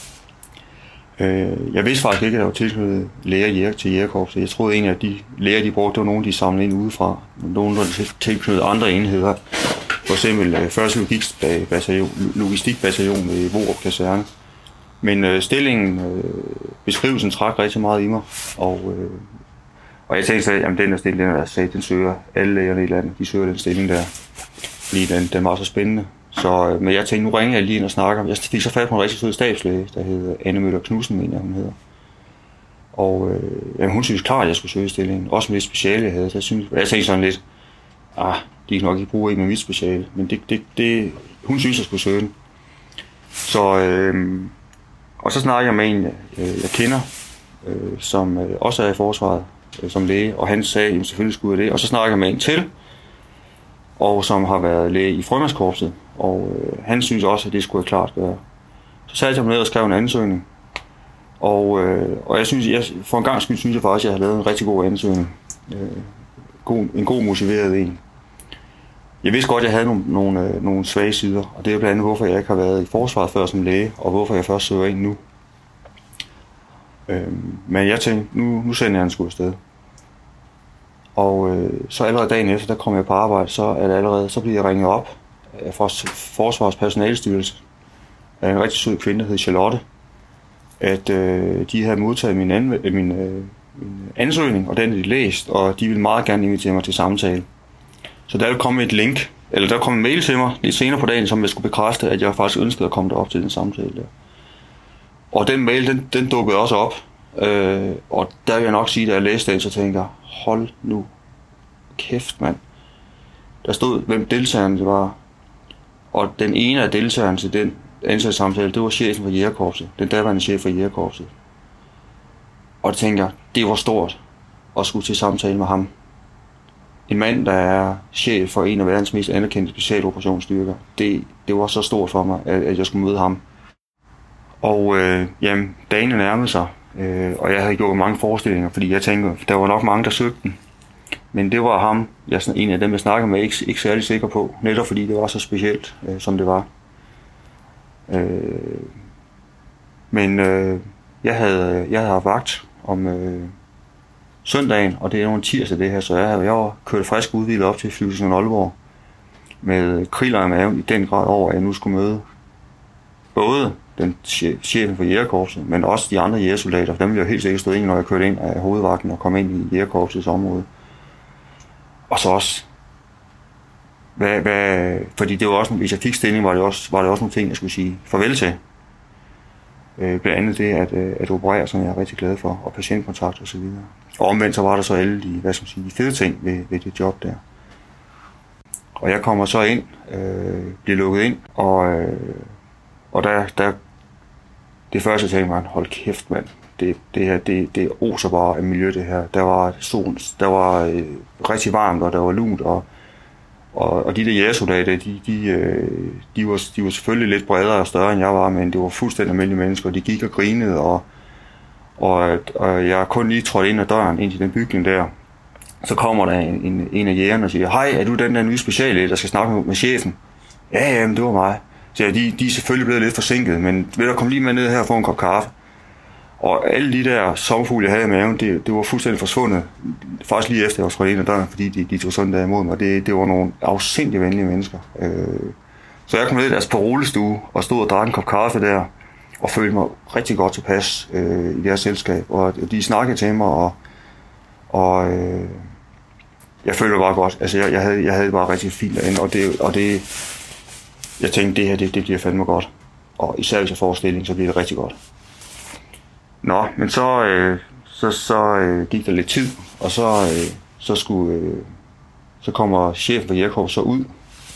Speaker 1: Jeg vidste faktisk ikke, at der var tilknyttet læger til Jægerkorpset. Jeg troede egentlig, at de læger, de brugte, det var nogen, de samlede ind udefra. Nogen, der tilknyttede andre enheder. For eksempel første logistikbataljon ved Vorup Kaserne. Men øh, stillingen, øh, beskrivelsen trak rigtig meget i mig. Og, øh, og jeg tænkte så, at den der stilling, den, sagde, den søger alle lægerne i landet. De søger den stilling der, fordi den, den var så spændende. Så, men jeg tænkte, nu ringer jeg lige ind og snakker. Jeg fik så fat på en rigtig sød stabslæge, der hedder Anne Møller Knudsen, mener jeg, hun hedder. Og øh, jamen, hun synes klart, at jeg skulle søge stillingen. Også med det speciale, jeg havde. Så jeg, synes, jeg tænkte sådan lidt, ah, de kan nok ikke bruge en med mit speciale. Men det, det, det, hun synes, jeg skulle søge den. Så, øh, og så snakker jeg med en, jeg, jeg kender, øh, som øh, også er i forsvaret øh, som læge, og han sagde, at selvfølgelig skulle jeg det. Og så snakker jeg med en til, og som har været læge i frømandskorpset, og øh, han synes også, at det skulle jeg klart gøre. Så satte jeg mig ned og skrev en ansøgning, og, øh, og jeg synes, jeg, for en gang skyld synes jeg faktisk, at jeg har lavet en rigtig god ansøgning. Øh, god, en god motiveret en. Jeg vidste godt, at jeg havde nogle, nogle, øh, nogle svage sider, og det er blandt andet, hvorfor jeg ikke har været i forsvaret før som læge, og hvorfor jeg først søger ind nu. Øh, men jeg tænkte, nu, nu sender jeg en skud afsted. Og øh, så allerede dagen efter, der kom jeg på arbejde, så, er det allerede, så bliver jeg ringet op fra Forsvarets Personalestyrelse af en rigtig sød kvinde, der hed Charlotte, at øh, de havde modtaget min, anv- min, øh, min ansøgning, og den havde de læst, og de ville meget gerne invitere mig til samtale. Så der kom et link, eller der kom en mail til mig lidt senere på dagen, som jeg skulle bekræfte, at jeg faktisk ønskede at komme derop til den samtale der. Og den mail, den, den dukkede også op, øh, og der vil jeg nok sige, da jeg læste den, så tænkte jeg, hold nu kæft, mand. Der stod, hvem deltagerne det var, og den ene af deltagerne til den ansættelsessamtale, det var chefen for Jægerkorpset, den daværende chef for Jægerkorpset. Og det tænkte jeg, det var stort at skulle til samtale med ham. En mand, der er chef for en af verdens mest anerkendte specialoperationsstyrker. Det, det var så stort for mig, at, at jeg skulle møde ham. Og øh, jamen, dagen nærmede sig, øh, og jeg havde gjort mange forestillinger, fordi jeg tænkte, der var nok mange, der søgte den. Men det var ham, jeg, en af dem, jeg snakkede med, ikke, ikke særlig sikker på, netop fordi det var så specielt, øh, som det var. Øh, men øh, jeg havde jeg havde haft vagt om øh, søndagen, og det er jo en tirsdag det her, så jeg havde jeg var kørt frisk udvildet op til flyvestationen Aalborg med kriller i maven i den grad over, at jeg nu skulle møde både den chefen for Jægerkorpset, men også de andre jægersoldater, for dem ville jeg helt sikkert stå ind, når jeg kørte ind af hovedvagten og kom ind i Jægerkorpsets område. Og så også, hvad, hvad, fordi det var også, hvis jeg fik stilling, var det også, var det også nogle ting, jeg skulle sige farvel til. Øh, blandt andet det at, at operere, som jeg er rigtig glad for, og patientkontakt og så videre. Og omvendt så var der så alle de, hvad skal man sige, de fede ting ved, ved det job der. Og jeg kommer så ind, øh, bliver lukket ind, og, øh, og der, der, det første jeg tænkte mig, hold kæft mand, det, det her, det, det oser bare af miljø det her. Der var solen, der var øh, rigtig varmt, og der var lunt, og, og, og de der jægersoldater, de, de, øh, de, var, de var selvfølgelig lidt bredere og større end jeg var, men det var fuldstændig almindelige mennesker, de gik og grinede, og, og, og jeg kun lige trådte ind ad døren, ind til den bygning der. Så kommer der en, en af jægerne og siger, hej, er du den der nye speciallæge, der skal snakke med, med chefen? Ja, jamen, det var mig. Så ja, de, de er selvfølgelig blevet lidt forsinket, men vil der komme lige med ned her og få en kop kaffe? Og alle de der sommerfugle, jeg havde i maven, det, det var fuldstændig forsvundet. Faktisk lige efter, jeg var trådt ind ad døren, fordi de, de tog sådan der imod mig. Det, det var nogle afsindigt venlige mennesker. Øh, så jeg kom ned i deres parolestue og stod og drak en kop kaffe der, og følte mig rigtig godt tilpas øh, i deres selskab. Og de snakkede til mig, og, og øh, jeg følte mig bare godt. Altså, jeg, jeg, havde, jeg havde bare rigtig fint derinde, og det, og det jeg tænkte, det her, det, det bliver fandme godt. Og især hvis jeg får stilling, så bliver det rigtig godt. Nå, men så, øh, så, så øh, gik der lidt tid, og så, øh, så, skulle, øh, så kommer chefen for Jægerkorpset så ud.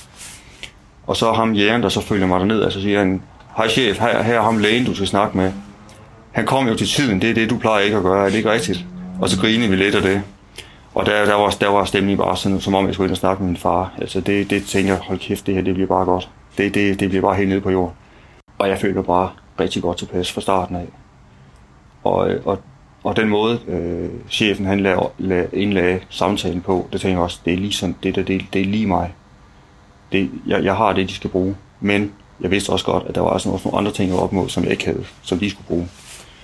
Speaker 1: Og så ham jægeren, der så følger mig derned, og så siger han, hej chef, her, her er ham lægen, du skal snakke med. Han kom jo til tiden, det er det, du plejer ikke at gøre, er det ikke rigtigt? Og så grinede vi lidt af det. Og der, der, var, der var stemningen bare sådan, som om jeg skulle ind og snakke med min far. Altså det, det tænker jeg, hold kæft, det her, det bliver bare godt. Det, det, det bliver bare helt nede på jorden. Og jeg følte mig bare rigtig godt tilpas fra starten af. Og, og, og den måde, øh, chefen han lagde, lagde, indlagde samtalen på, det tænker jeg også, det er lige sådan, det, der, det, det er lige mig. Det, jeg, jeg har det, de skal bruge. Men jeg vidste også godt, at der var også nogle andre ting op mod, som jeg ikke havde, som de skulle bruge.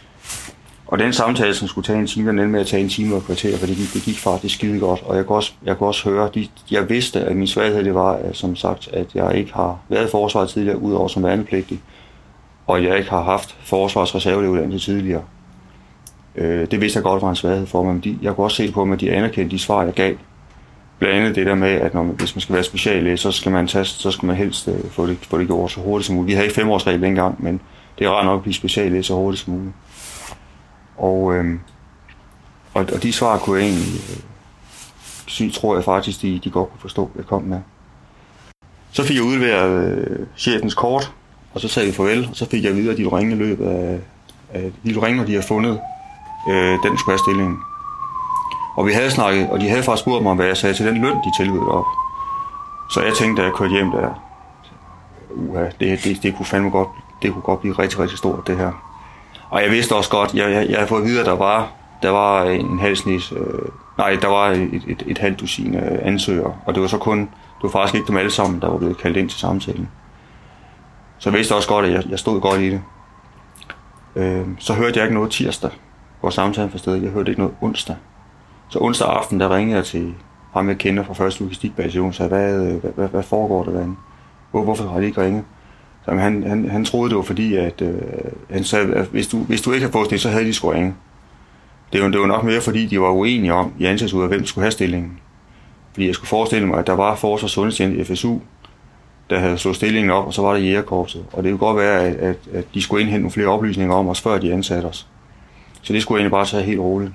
Speaker 1: Og den samtale, som skulle tage en time, den endte med at tage en time og kvarter, for det gik, det gik faktisk skide godt. Og jeg kunne også, jeg kunne også høre, de, jeg vidste, at min svaghed det var, at, som sagt, at jeg ikke har været i forsvaret tidligere, udover som værnepligtig, og jeg ikke har haft forsvarsreserveleuddannelse tidligere. Øh, det vidste jeg godt var en svaghed for mig, men de, jeg kunne også se på dem, at de anerkendte de svar, jeg gav. Blandt andet det der med, at når man, hvis man skal være speciallæge, så skal man tage, så skal man helst øh, få, det, få det gjort så hurtigt som muligt. Vi havde ikke femårsregel dengang, men det er ret nok at blive speciallæge så hurtigt som muligt. Og, øh, og, og de svar kunne jeg egentlig, øh, synes, tror jeg faktisk, de, de godt kunne forstå, jeg kom med. Så fik jeg udleveret øh, chefens kort, og så sagde vi farvel, og så fik jeg videre, at de ville ringe i løbet af, af de ville ringe, når de har fundet øh, den skulle have stillingen. Og vi havde snakket, og de havde faktisk spurgt mig, hvad jeg sagde til den løn, de tilbød op. Så jeg tænkte, da jeg kørte hjem der, uha, det, det, det kunne fandme godt, det kunne godt blive rigtig, rigtig stort, det her. Og jeg vidste også godt, jeg, jeg, jeg havde fået at vide, at der var, der var en halv snes, øh, nej, der var et, et, et halvt dusin øh, ansøgere, og det var så kun, det var faktisk ikke dem alle sammen, der var blevet kaldt ind til samtalen. Så jeg vidste også godt, at jeg, jeg stod godt i det. Øh, så hørte jeg ikke noget tirsdag, hvor samtalen for stedet. Jeg hørte ikke noget onsdag. Så onsdag aften, der ringede jeg til ham, jeg kender fra første logistikbase, og sagde, hvad, hvad, hvad, hvad foregår der derinde? Hvor, hvorfor har de ikke ringet? Så, han, han, han troede det var fordi, at øh, han sagde, at hvis du, hvis du ikke havde fået det, så havde de skulle ringe. Det var, det var nok mere fordi, de var uenige om i ansættelsesudvalget, hvem skulle have stillingen. Fordi jeg skulle forestille mig, at der var forsvars- og sundhedstjeneste i F S U, der havde slået stillingen op, og så var der jægerkorpset. Og det kunne godt være, at, at, at de skulle indhente nogle flere oplysninger om os, før de ansatte os. Så det skulle jeg egentlig bare tage helt roligt.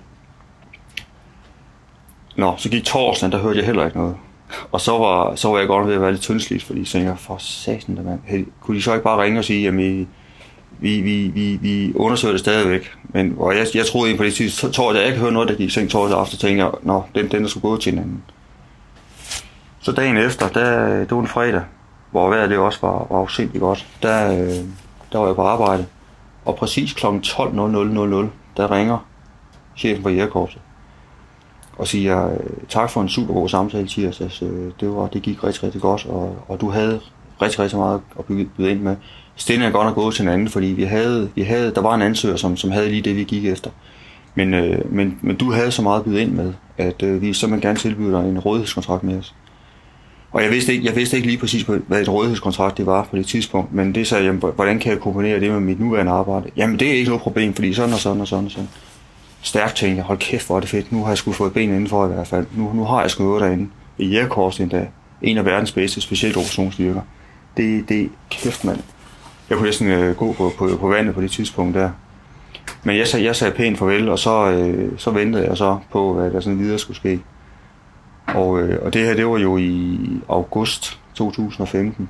Speaker 1: Nå, så gik torsdagen, der hørte jeg heller ikke noget. Og så var, så var jeg godt ved at være lidt tyndsligt, fordi jeg tænkte, for satan der mand, hey, kunne de så ikke bare ringe og sige, at vi, vi, vi, vi, vi undersøger det stadigvæk. Men og jeg, jeg troede egentlig på det tidspunkt, torsdag, jeg ikke hørte noget, der gik seng torsdag aften, tænkte jeg, nå, den, den der skulle gå til hinanden. Så dagen efter, der, det var en fredag, hvor vejret det også var, var afsindigt godt, der, der var jeg på arbejde. Og præcis klokken tolv nul nul, der ringer chefen for jægerkorpset og siger, tak for en super god samtale, tirsdags. Det, var, det gik rigtig, rigtig godt, og, og du havde rigtig, rigtig meget at byde ind med. Stillingen er godt nok gået til en anden, fordi vi havde, vi havde, der var en ansøger, som, som havde lige det, vi gik efter. Men, øh, men, men du havde så meget at byde ind med, at øh, vi simpelthen gerne tilbyder dig en rådighedskontrakt med os. Og jeg vidste ikke, jeg vidste ikke lige præcis, hvad et rådighedskontrakt det var på det tidspunkt, men det sagde jeg, hvordan kan jeg kombinere det med mit nuværende arbejde? Jamen det er ikke noget problem, fordi sådan og sådan og sådan og sådan. Stærkt tænkte jeg, hold kæft, hvor er det fedt, nu har jeg sgu fået ben indenfor i hvert fald. Nu, nu har jeg sgu noget derinde. I jægerkorpset endda, en af verdens bedste specielt operationsstyrker. Det, det kæft mand. Jeg kunne næsten øh, gå på, på, på vandet på det tidspunkt der. Men jeg, jeg sagde pænt farvel, og så, øh, så ventede jeg så på, hvad der sådan videre skulle ske. Og, øh, og det her, det var jo i august to tusind og femten.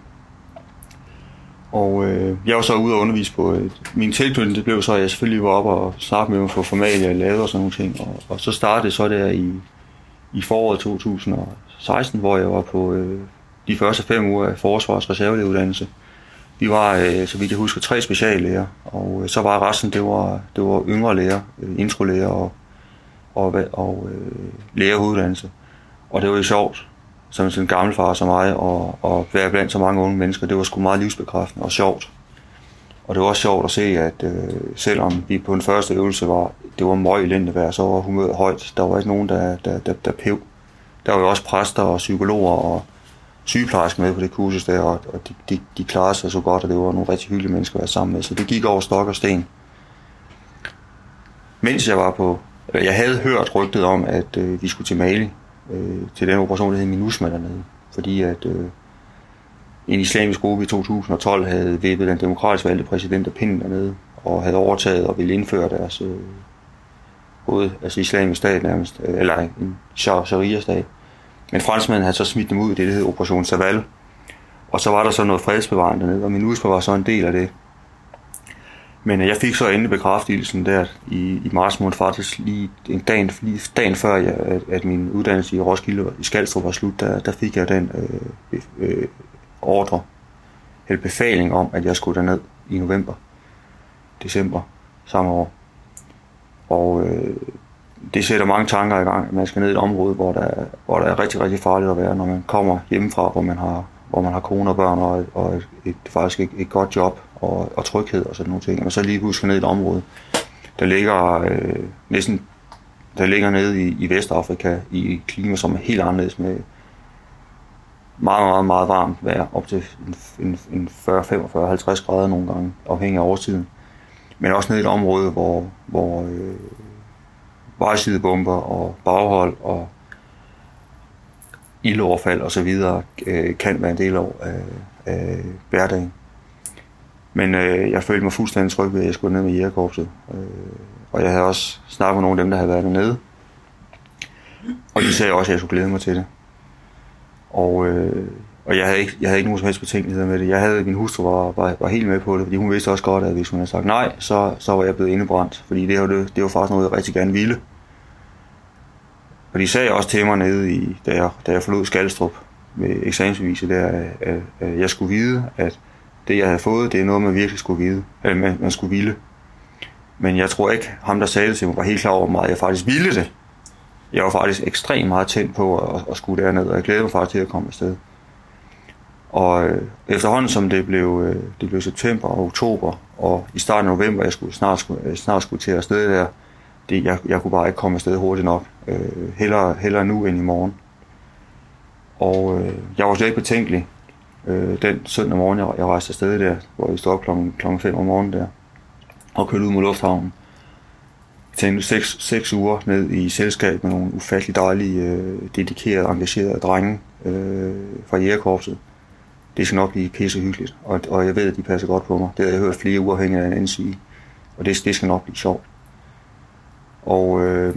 Speaker 1: Og øh, jeg var så ude og undervise på øh, min tilknytning, det blev så, at jeg selvfølgelig var oppe og snakke med dem for formalia og lave og sådan nogle ting. Og, og så startede så der i, i foråret to tusind og seksten, hvor jeg var på øh, de første fem uger af forsvars- reservelægeuddannelse. Vi var, øh, så vidt jeg husker, tre speciallæger, og øh, så var resten, det var, det var yngre læger, øh, introlæger og, og, og øh, lægeruddannelse. Og det var jo sjovt, som en gammel far som mig, og, og være blandt så mange unge mennesker. Det var sgu meget livsbekræftende og sjovt. Og det var også sjovt at se, at øh, selvom vi på den første øvelse var, det var møg elendigt vejr, så var humøret højt. Der var ikke nogen, der, der, der, der pev. Der var jo også præster og psykologer og sygeplejersker med på det kursus der, og, og de, de, de klarede sig så godt, og det var nogle rigtig hyggelige mennesker at være sammen med. Så det gik over stok og sten. Mens jeg var på, jeg havde hørt rygtet om, at øh, vi skulle til Mali, øh, til den operation, der hed MINUSMA dernede. Fordi at øh, en islamisk gruppe i to tusind og tolv havde vippet den demokratisk valgte præsident af pinden dernede, og havde overtaget og ville indføre deres øh, både altså islamisk stat nærmest, øh, eller en sharia-stat. Men franskmændene havde så smidt dem ud i det, der hed Operation Saval. Og så var der så noget fredsbevarende dernede, og MINUSMA var så en del af det. Men jeg fik så endelig bekræftelsen der i, i marts måned, faktisk lige en dagen, lige dagen før, jeg, at, at min uddannelse i Roskilde i Skalstrup var slut, der, der fik jeg den øh, øh, ordre, eller befaling om, at jeg skulle derned i november, december samme år. Og øh, det sætter mange tanker i gang, at man skal ned i et område, hvor der, hvor der er rigtig, rigtig farligt at være, når man kommer hjemmefra, hvor man har, hvor man har kone og børn og, og et, et, faktisk et, et godt job og, og tryghed og sådan nogle ting. Og så lige huske ned i et område, der ligger øh, næsten, der ligger nede i, i Vestafrika i et klima, som er helt anderledes med meget, meget, meget varmt vejr, op til en, en, en fyrre, femogfyrre, halvtreds grader nogle gange, afhængig af årstiden. Men også ned i et område, hvor, hvor øh, vejsidebomber og baghold og ildoverfald og så videre øh, kan være en del af, af hverdagen. Men øh, jeg følte mig fuldstændig tryg ved, at jeg skulle ned med jægerkorpset. Øh, og jeg havde også snakket med nogle af dem, der havde været dernede. Og de sagde også, at jeg skulle glæde mig til det. Og, øh, Og jeg havde ikke, jeg havde ikke nogen som helst betænkeligheder med det. Jeg havde, min hustru var, var, var helt med på det, fordi hun vidste også godt, at hvis hun havde sagt nej, så, så var jeg blevet indebrændt. Fordi det var, det, det var faktisk noget, jeg rigtig gerne ville. Og de sagde også til mig nede i, da jeg, da jeg forlod Skalstrup med eksamensbeviset der, at, at jeg skulle vide, at det jeg havde fået, det er noget, man virkelig skulle vide, eller man, man skulle ville. Men jeg tror ikke, ham der sagde det til mig, var helt klar over mig, at jeg faktisk ville det. Jeg var faktisk ekstremt meget tændt på at, at skulle derned, og jeg glædede mig faktisk til at komme afsted. Og øh, efterhånden som det blev, øh, det blev september og oktober, og i starten af november, jeg skulle snart, skulle, snart skulle til afsted der, det, jeg, jeg kunne bare ikke komme afsted hurtigt nok. Øh, hellere, hellere nu end i morgen. Og øh, jeg var slet ikke betænkelig øh, den søndag morgen, jeg, jeg rejste afsted der, hvor vi stod op klokken, klokken fem om morgenen der, og kørte ud mod lufthavnen. Jeg tænkte seks, seks uger ned i selskab med nogle ufattelig dejlige, øh, dedikerede, engagerede drenge øh, fra jægerkorpset. Det skal nok blive pisse hyggeligt, og, og jeg ved, at de passer godt på mig. Det har jeg hørt flere uafhængige af en anden sige, og det, det skal nok blive sjovt. Og øh,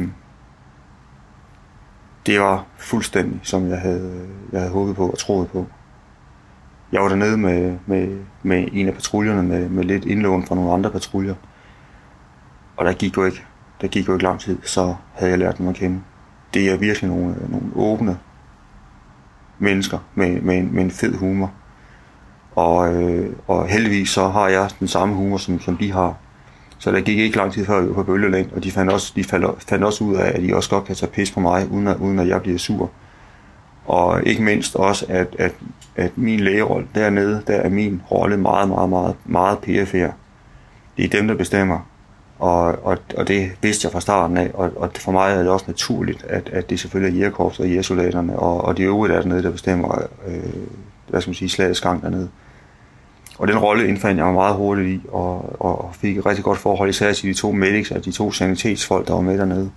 Speaker 1: det var fuldstændig, som jeg havde, jeg havde håbet på og troet på. Jeg var dernede med, med, med en af patruljerne, med, med lidt indlån fra nogle andre patruljer. Og der gik jo ikke, der gik jo ikke lang tid, så havde jeg lært dem at kende. Det er virkelig nogle, nogle åbne mennesker med, med, en, med en fed humor. Og, øh, og heldigvis så har jeg den samme humor, som, som de har. Så der gik ikke lang tid før vi var på bølgelængde, og de fandt også, de fandt, fandt også ud af, at de også godt kan tage pis på mig, uden at, uden at jeg bliver sur. Og ikke mindst også, at, at, at min lægerolle dernede, der er min rolle meget, meget, meget, meget perifær. Det er dem, der bestemmer. Og, og, og det vidste jeg fra starten af, og, og for mig er det også naturligt, at, at det selvfølgelig er jægerkorpset og jægersoldaterne, og, og de øvrige der dernede, der bestemmer, øh, hvad skal man sige, slagets gang dernede. Og den rolle indfandt jeg mig meget hurtigt i, og, og fik et rigtig godt forhold, især til de to medics og de to sanitetsfolk, der var med dernede.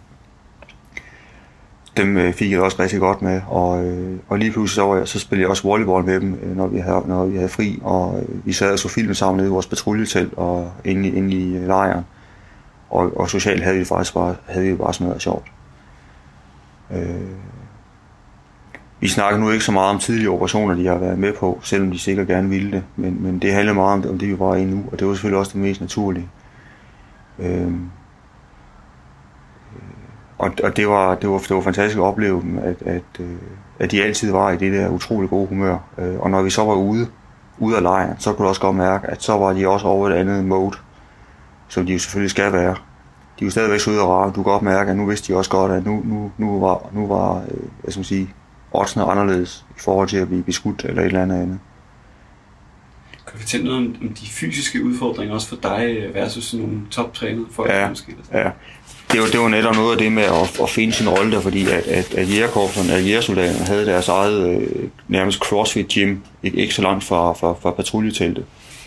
Speaker 1: Dem øh, fik jeg også rigtig godt med, og, øh, og lige pludselig så, jeg, så spillede jeg også volleyball med dem, øh, når, vi havde, når vi havde fri, og øh, vi sad og så filmen sammen nede i vores patruljetelt og inde i, inde i lejren. Og, og socialt havde vi faktisk bare, havde vi bare sådan noget sjovt. Øh, vi snakker nu ikke så meget om tidlige operationer, de har været med på, selvom de sikkert gerne ville det, men, men det handler meget om det, om det vi var i nu, og det var selvfølgelig også det mest naturlige. Øh, og og det, var, det, var, det var fantastisk at opleve dem, at, at, at de altid var i det der utrolig gode humør. Øh, og når vi så var ude, ude af lejren, så kunne du også godt mærke, at så var de også over et andet mode, som de jo selvfølgelig skal være. De er jo stadigvæk så ude og rare. Du kan godt mærke, at nu vidste de også godt, at nu, nu, nu var, nu var øh, hvad skal man sige, oddsene anderledes i forhold til at blive beskudt eller et eller andet andet.
Speaker 3: Kan du fortælle noget om, om de fysiske udfordringer også for dig versus sådan nogle toptrænede folk?
Speaker 1: Ja,
Speaker 3: måske,
Speaker 1: ja. Det var, det var netop noget af det med at, at finde sin rolle der, fordi at, at, at jægerkorpserne, at jægersoldaterne havde deres eget øh, nærmest crossfit gym, ikke, ikke så langt fra, fra, fra patruljeteltet.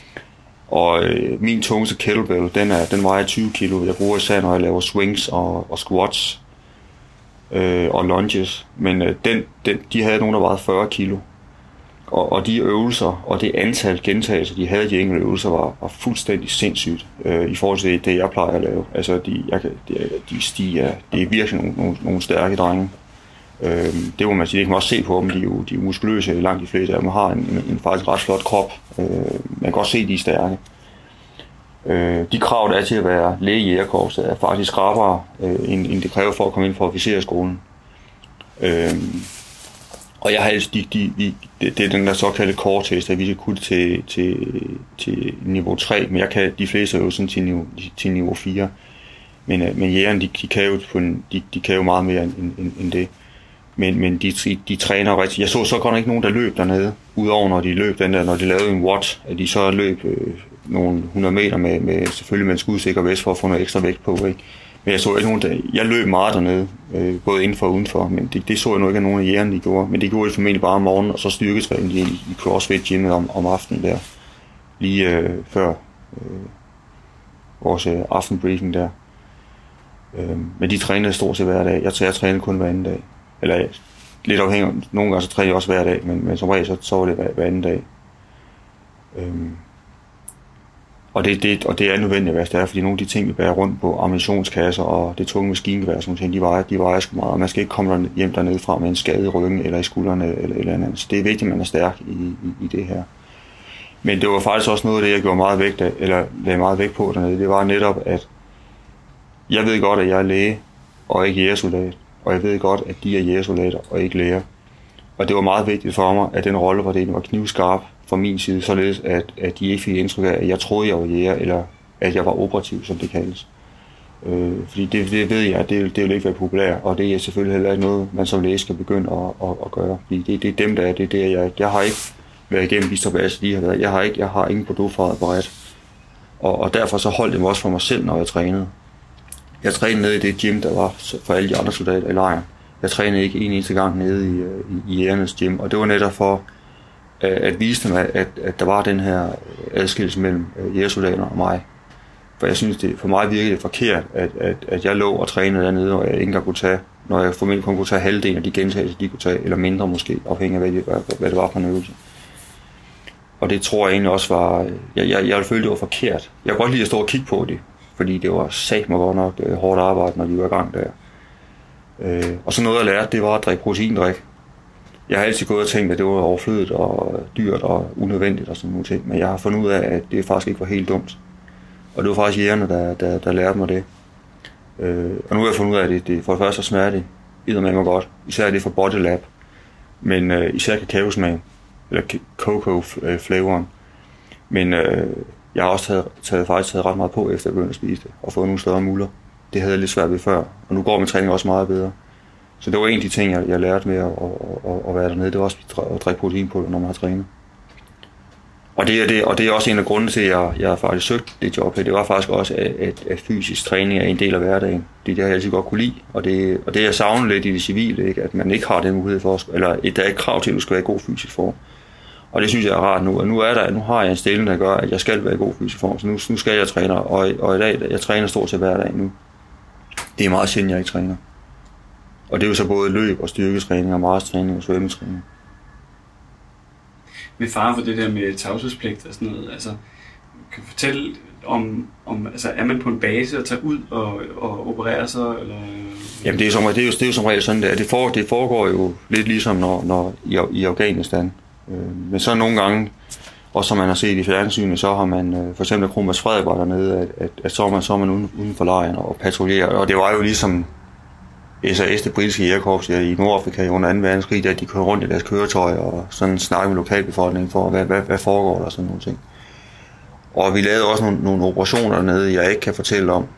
Speaker 1: Og øh, min tungeste kettlebell, den, er, den vejer tyve kilo. Jeg bruger især, når jeg laver swings og, og squats øh, og lunges. Men øh, den, den, de havde nogen, der vejede fyrre kilo. Og, og de øvelser og det antal gentagelser, de havde de enkelte øvelser, var, var fuldstændig sindssygt øh, i forhold til det, jeg plejer at lave. Altså, de, jeg kan, de, de, de, er, de er virkelig nogle, nogle, nogle stærke drenge. Øh, det må man sige, det kan man også se på dem. De er jo de er muskuløse, langt de fleste af dem har en, en, en faktisk ret flot krop. Øh, man kan godt se, at de er stærke. Øh, de krav, der er til at være læge i jægerkorpset, er faktisk skrappere, øh, end, end det kræver for at komme ind på officerskolen. Øh, og jeg har altså, de, de, de, det, det er den der såkaldte core-test, at vi skal kunne til, til, til niveau tre, men jeg kan de fleste er jo sådan til niveau, til niveau fire. Men, øh, men jægerne, de, de, kan jo på en, de, de kan jo meget mere end, end, end det. Men, men de, de træner rigtig. Jeg så så godt ikke nogen, der løb dernede, udover når de løb den der, når de lavede en watt, at de så løb øh, nogle hundrede meter med, med selvfølgelig med en skudsikker vest for at få noget ekstra vægt på, ikke? Men jeg så ikke nogen, der, jeg løb meget dernede, øh, både indenfor og udenfor, men det, det så jeg nu ikke, at nogen af jægerne de gjorde. Men det gjorde de formentlig bare om morgenen, og så styrketrænede de i, i CrossFit gymmet om, om aftenen der, lige øh, før øh, vores øh, aftenbriefing der. Øh, men de trænede stort set hver dag. Jeg, jeg trænede kun hver anden dag. Eller lidt afhængig, nogle gange så træner jeg også hver dag, men, men som regel så, så var det hver, hver anden dag. Øhm. Og det, det, og det er nødvendigt at være stærk, fordi nogle af de ting, vi bærer rundt på, ammunitionskasser og det tunge maskingevær, sådan ting, de vejer, de vejer sgu meget, og man skal ikke komme hjem dernede fra med en skade i ryggen eller i skuldrene eller eller andet. Så det er vigtigt, at man er stærk i, i, i det her. Men det var faktisk også noget af det, jeg gjorde meget vægt af, eller lagde meget vægt på dernede. Det var netop, at jeg ved godt, at jeg er læge og ikke jægersoldat, og jeg ved godt, at de er jægersoldater og ikke læger. Og det var meget vigtigt for mig, at den rolle var det, var knivskarp fra min side, således at, at de ikke fik indtryk af, at jeg troede, jeg var jæger, eller at jeg var operativ, som det kaldes. Øh, fordi det, det ved jeg, at det, det vil ikke være populært, og det er selvfølgelig heller ikke noget, man som læge skal begynde at, at, at gøre. Fordi det, det er dem, der er det, det er jeg ikke. Jeg har ikke været igennem Bidstrup Asse, de har været. Jeg har ikke, jeg har ingen produktforberedt. Og, og derfor så holdt jeg mig også for mig selv, når jeg trænede. Jeg trænede nede i det gym, der var for alle de andre soldater i lejren. Jeg trænede ikke en eneste gang nede i, i, i jægernes gym, og det var netop for at vise dem, at, at, at der var den her adskillelse mellem jægersoldaterne og mig. For jeg synes, det for mig virkede det forkert, at, at, at jeg lå og trænede dernede, og jeg ikke engang kunne tage, når jeg formentlig kun kunne tage halvdelen af de gentagelser, de kunne tage, eller mindre måske, afhængig af, hvad det, hvad, hvad det var for en øvelse. Og det tror jeg egentlig også var, jeg, jeg, jeg følte, det var forkert. Jeg kunne godt lide at stå og kigge på det, fordi det var satme godt nok hårdt arbejde, når de var i gang der. Øh, og så noget jeg lærte, det var at drikke proteindrik. Jeg har altid gået og tænkt, at det var overflødigt og dyrt og unødvendigt og sådan nogle ting, men jeg har fundet ud af, at det faktisk ikke var helt dumt. Og det var faktisk jægerne, der, der, der lærte mig det. Øh, og nu har jeg fundet ud af, at det, det for det første smager det eddermame mig godt. Især det fra Body Lab, men øh, især kakaosmagen, eller cocoa-flavoren. Men øh, jeg har også taget, taget, faktisk taget ret meget på, efter jeg begyndte at spise det, og fået nogle større muller. Det havde jeg lidt svært ved før, og nu går min træning også meget bedre. Så det var en af de ting, jeg, jeg lærte med at, at, at være dernede. Det var også at drikke proteinpulver, når man har trænet. Og det er, det, og det er også en af grundene til, at jeg, jeg faktisk søgte det job her. Det var faktisk også, at, at, at fysisk træning er en del af hverdagen. Det har jeg altid godt kunne lide. Og det, og det jeg savner lidt i det civile, ikke? At man ikke har den mulighed for, eller et, der er et krav til, at du skal være i god fysisk form. Og det synes jeg er rart nu. Og nu, er der, nu har jeg en stilling, der gør, at jeg skal være i god fysisk form. Så nu, nu skal jeg træne, og, og i dag, jeg træner stort set hver dag nu. Det er meget sjældent, jeg ikke træner. Og det er jo så både løb og styrketræning og marstræning og svømmetræning.
Speaker 3: Med fare for det der med tavshedspligt og sådan noget, altså kan du fortælle om, om altså er man på en base og tager ud og, og opererer sig, eller?
Speaker 1: Jamen det er, som, det, er jo, det er jo som regel sådan der. Det, for, det foregår jo lidt ligesom når, når i, i Afghanistan. Øh, men så nogle gange, også som man har set i fjernsynet, så har man øh, for eksempel Kromas Frederik var dernede, at, at, at så er man, så er man uden, uden for lejren og patruljerer. Og det var jo ligesom S A S, det britiske jægerkorps i Nordafrika under anden verdenskrig, at de kørte rundt i deres køretøj og sådan snakkede med lokalbefolkningen for, hvad, hvad, hvad foregår der og sådan nogle ting. Og vi lavede også nogle, nogle operationer dernede, jeg ikke kan fortælle om.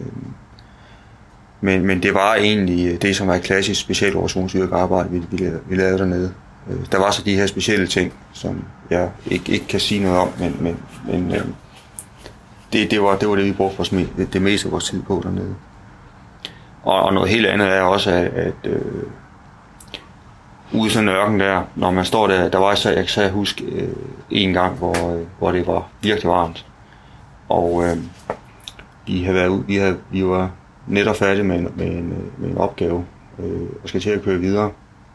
Speaker 1: Men, men det var egentlig det, som var et klassisk specialoperationsstyrkearbejde, vi, vi, vi lavede dernede. Der var så de her specielle ting, som jeg ikke, ikke kan sige noget om, men, men, men det, det, var, det var det, vi brugte vores, det, det meste af vores tid på dernede. Og, og noget helt andet er også, at, at øh, ude i sådan en ørken der, når man står der, der var så, jeg kan huske øh, en gang, hvor, øh, hvor det var virkelig varmt. Og øh, de havde været ud, vi, havde, vi var netop færdige med, med, en, med en opgave, øh, og skal til at køre videre.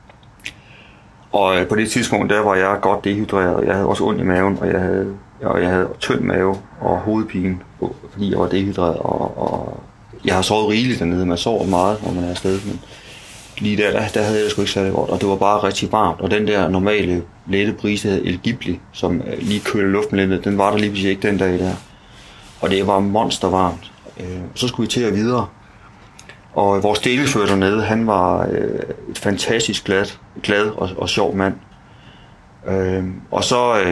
Speaker 1: Og øh, på det tidspunkt, der var jeg godt dehydreret, jeg havde også ondt i maven, og jeg havde, og jeg havde tynd mave og hovedpine, fordi jeg var dehydreret, og, og jeg har sovet rigeligt dernede, man sover meget, når man er afsted, men lige der, der, der havde jeg det sgu ikke særlig godt, og det var bare rigtig varmt, og den der normale lette brise, der hed El Ghibli, som lige kølede luften lidt ned, den var der lige pludselig ikke den dag der, og det var monstervarmt. Så skulle vi til at videre, og vores delefører dernede, han var et fantastisk glad, glad og, og sjov mand, og så,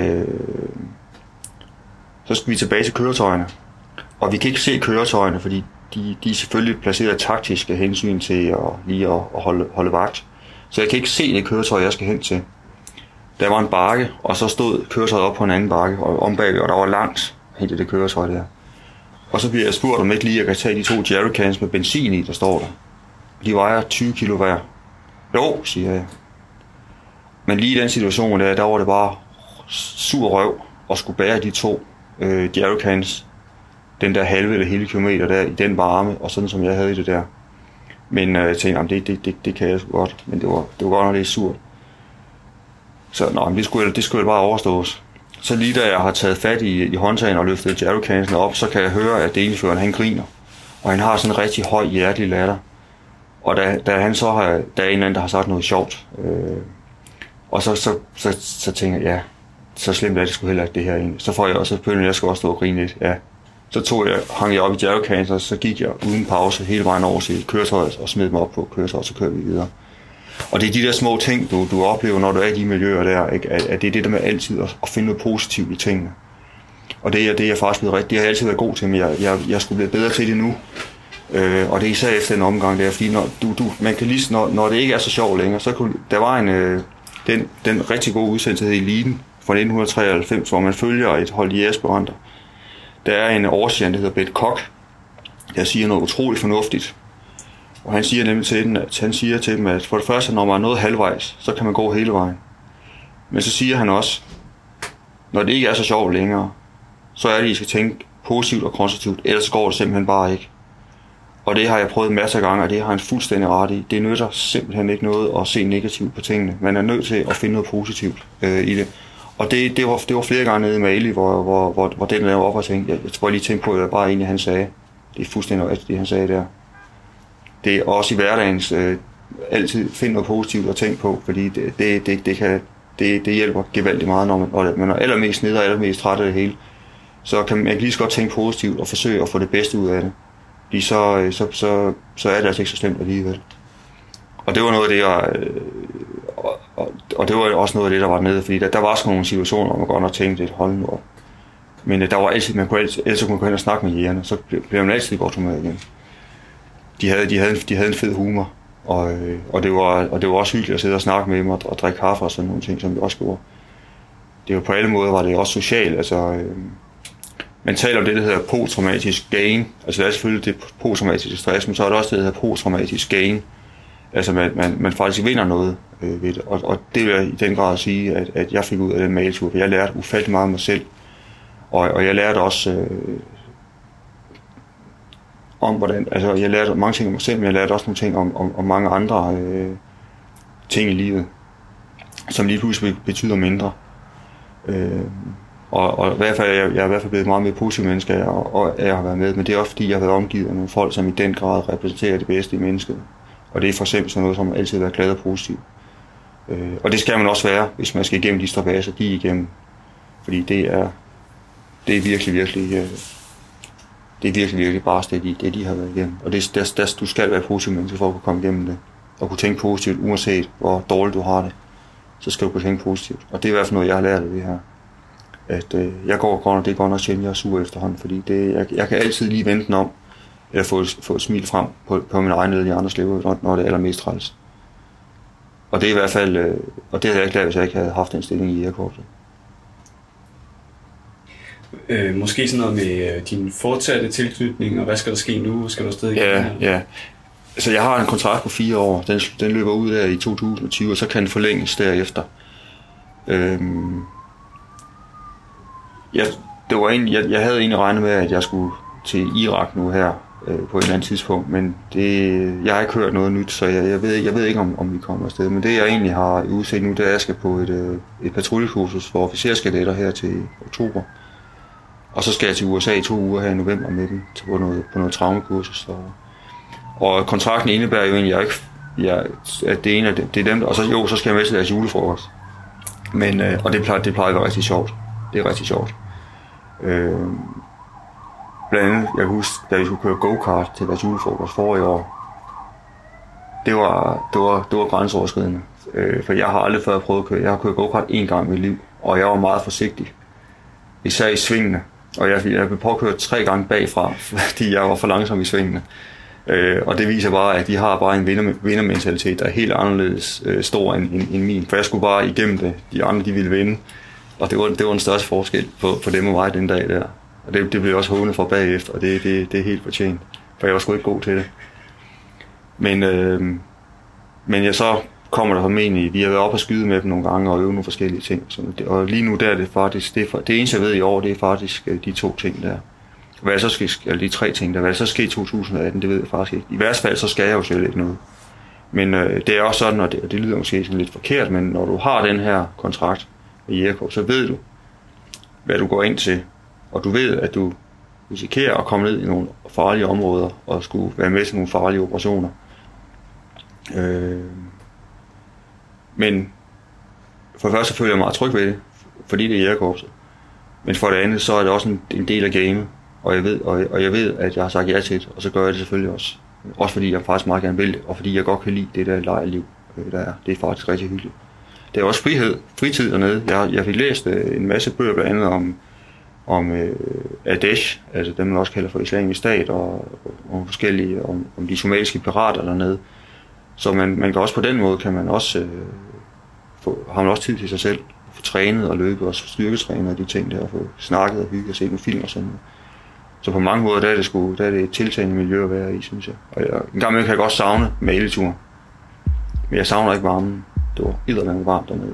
Speaker 1: så skulle vi tilbage til køretøjerne, og vi kan ikke se køretøjerne, fordi De, de er selvfølgelig placeret taktisk af hensyn til at, lige at, at holde, holde vagt. Så jeg kan ikke se det køretøj, jeg skal hen til. Der var en bakke, og så stod køretøjet op på en anden bakke, og om bagved, og der var langt hen til det køretøj der. Og så bliver jeg spurgt, om ikke lige jeg kan tage de to jerrycans med benzin i, der står der. De vejer tyve kilo hver. Jo, siger jeg. Men lige i den situation der, der var det bare sur røv at skulle bære de to øh, jerrycans, den der halve eller hele kilometer der i den varme, og sådan som jeg havde i det der. Men øh, jeg tænkte, det, det, det, det kan jeg sgu godt, men det var, det var godt nok lidt surt. Så nå, det skulle, det skulle bare overstås. så lige da jeg har taget fat i, i håndtagen og løftet jerrycansen op, så kan jeg høre, at deleføreren han griner. Og han har sådan en rigtig høj hjertelig latter. Og da, da han så har, der er en eller anden, der har sagt noget sjovt. Øh, og så, så, så, så tænker jeg, ja, så slemt er det sgu heller ikke det her egentlig. Så får jeg også selvfølgelig, jeg skal også stå og grine lidt, ja. Så tog jeg, hang jeg op i jerrycansen, og så gik jeg uden pause hele vejen over til køretøjet og smed dem op på køretøjet, og så kører vi videre. Og det er de der små ting, du, du oplever, når du er i de miljøer der, ikke? At, at det er det der med altid at, at finde noget positivt i tingene. Og det er, det er jeg faktisk blevet rigtig, det har jeg altid været god til, men jeg, jeg, jeg skulle blive bedre til det nu. Øh, og det er især efter den omgang der, fordi når, du, du, man kan lige, når, når det ikke er så sjovt længere, så kunne, der var en, øh, den, den rigtig gode udsendelse hed Eliten fra nitten treoghalvfems, hvor man følger et hold i aspiranter. Der er en oversjæren, der hedder Bette Koch, der siger noget utroligt fornuftigt. Og han siger nemlig til dem, at han siger til dem, at for det første, når man er nået halvvejs, så kan man gå hele vejen. Men så siger han også, når det ikke er så sjovt længere, så er det, at I skal tænke positivt og konstruktivt, ellers går det simpelthen bare ikke. Og det har jeg prøvet masser af gange, og det har han fuldstændig ret i. Det nytter simpelthen ikke noget at se negativt på tingene. Man er nødt til at finde noget positivt øh, i det. Og det, det, var, det var flere gange nede i Mali, hvor, hvor, hvor, hvor den der var op og tænkte, jeg, jeg tror jeg lige tænkte på, at det var bare egentlig, han sagde. Det er fuldstændig rigtigt, det han sagde der. Det er også i hverdagens øh, altid finde noget positivt at tænke på, fordi det, det, det, det, kan, det, det hjælper gevaldigt meget, når man, når man er allermest nede og allermest træt af det hele. Så kan man lige så godt tænke positivt og forsøge at få det bedste ud af det. Fordi så, så, så, så er det altså ikke så slemt alligevel. Og det var noget af det, jeg, og, og, og det var også noget af det, der var nede, fordi der, der var sådan nogle situationer, hvor man godt nok tænkte lidt, hold nu op. Men der var altid, man kunne altid, ellers kunne man gå hen og snakke med jægerne, så blev man altid godt humør igen. De havde, de, havde, de havde en fed humor, og, og, det var, og det var også hyggeligt at sidde og snakke med dem og, og drikke kaffe og sådan nogle ting, som vi også gjorde. Det var på alle måder, var det også socialt, altså... Øh, man taler om det, der hedder posttraumatisk gain. Altså det er selvfølgelig det posttraumatiske stress, men så er det også det, der hedder posttraumatisk gain. Altså man, man, man faktisk vinder noget øh, ved det. Og, og det vil jeg i den grad sige, at, at jeg fik ud af den mailtur, for jeg lærte ufattelig meget om mig selv. Og, og jeg lærte også øh, om hvordan, altså jeg lærte mange ting om mig selv, men jeg lærte også nogle ting om, om, om mange andre øh, ting i livet, som lige pludselig betyder mindre. Øh, Og, og i hvert fald, jeg, jeg er i hvert fald blevet meget mere positiv menneske af, og, og jeg har været med, men det er også fordi, jeg har været omgivet af nogle folk, som i den grad repræsenterer det bedste i mennesket. Og det er for eksempel sådan noget, som altid været glad og positiv. Øh, og det skal man også være, hvis man skal igennem de strabasser, de er igennem. Fordi det er, det er virkelig, virkelig, øh, det er virkelig, virkelig bare det, de, det, de har været igennem. Og det, der, der, du skal være positiv menneske for at kunne komme igennem det. Og kunne tænke positivt, uanset hvor dårligt du har det. Så skal du kunne tænke positivt. Og det er i hvert fald noget, jeg har lært af det her. At øh, jeg går godt, og det er godt nok sjældent, jeg er sur efterhånden, fordi det, jeg, jeg kan altid lige vente den om, eller få, få et smil frem på, på min egen eller de andres liv, når, når det er allermest træls. Og det er i hvert fald, øh, og det havde jeg ikke lavet, hvis jeg ikke havde haft en stilling i jægerkorpset.
Speaker 3: Øh, måske sådan noget med øh, din fortsatte tilknytning, og hvad skal der ske nu? Skal du stadig
Speaker 1: ja, ja. Altså jeg har en kontrakt på fire år, den, den løber ud der i to tusind og tyve, og så kan den forlænges derefter. Øhm, Jeg, det var egentlig, jeg, jeg havde egentlig regnet med, at jeg skulle til Irak nu her øh, på et eller andet tidspunkt, men det, jeg har ikke hørt noget nyt, så jeg, jeg, ved, jeg ved ikke, om, om vi kommer afsted. Men det, jeg egentlig har i udsigt nu, det er, at jeg skal på et, øh, et patruljekursus for officerskadetter her til oktober. Og så skal jeg til U S A i to uger her i november med dem til på noget, på noget traumekursus. Og, og kontrakten indebærer jo egentlig, at, jeg ikke, jeg, at det ene af det, det er dem, og så, jo, så skal jeg med til deres julefrokost. Men, øh, og det plejer, det plejer at være rigtig sjovt. Det er rigtig sjovt. Øh, blandt andet, jeg kan huske, da vi skulle køre go-kart til deres julefrokost forrige år, det var, det var, det var grænseoverskridende. Øh, for jeg har aldrig før prøvet at køre. Jeg har kørt go-kart én gang i mit liv, og jeg var meget forsigtig. Især i svingene. Og jeg, jeg blev påkørt tre gange bagfra, fordi jeg var for langsom i svingene. Øh, og det viser bare, at de har bare en vinder, vindermentalitet, der er helt anderledes øh, stor end, end, end min. For jeg skulle bare igennem det. De andre, de ville vinde. Og det var, det var en største forskel på, på dem og mig den dag der. Og det, det blev også hånet for bagefter, og det, det, det er helt fortjent. For jeg var sgu ikke god til det. Men, øh, men jeg så kommer der formentlig, vi har været op og skyde med dem nogle gange og øve nogle forskellige ting. Så det, og lige nu der er det faktisk, det, er, det eneste jeg ved i år, det er faktisk de to ting der. Hvad så skal, eller de tre ting der, hvad så sker i to tusind atten, det ved jeg faktisk ikke. I hvert fald så skal jeg jo selv ikke noget. Men øh, det er også sådan, og det, og det lyder måske sådan lidt forkert, men når du har den her kontrakt i jægerkorps, så ved du, hvad du går ind til, og du ved, at du risikerer at komme ned i nogle farlige områder, og skulle være med til nogle farlige operationer. Øh, men for det første føler jeg mig tryg ved det, fordi det er jægerkorpset. Men for det andet, så er det også en, en del af gamet, og jeg ved, og, og jeg ved, at jeg har sagt ja til det, og så gør jeg det selvfølgelig også. Også fordi jeg faktisk meget gerne vil det, og fordi jeg godt kan lide det der lejrliv, der er. Det er faktisk rigtig hyggeligt. Det er også frihed, fritid dernede. Jeg, jeg fik læst øh, en masse bøger, blandt andet om, om øh, Adaesh, altså dem man også kalder for Islamisk Stat, og, og forskellige, om, om de somaliske pirater dernede. Så man, man kan også på den måde, kan man også, øh, få, har man også tid til sig selv, få trænet og løbet og styrketrænet og de ting der, og få snakket og hygget og set nogle film og sådan noget. Så på mange måder, der er det, sgu, der er det et tiltagende miljø at være i, synes jeg. Og jeg, en gang med kan jeg godt savne maletur. Men jeg savner ikke varmen. Det var eddermame varmt dernede.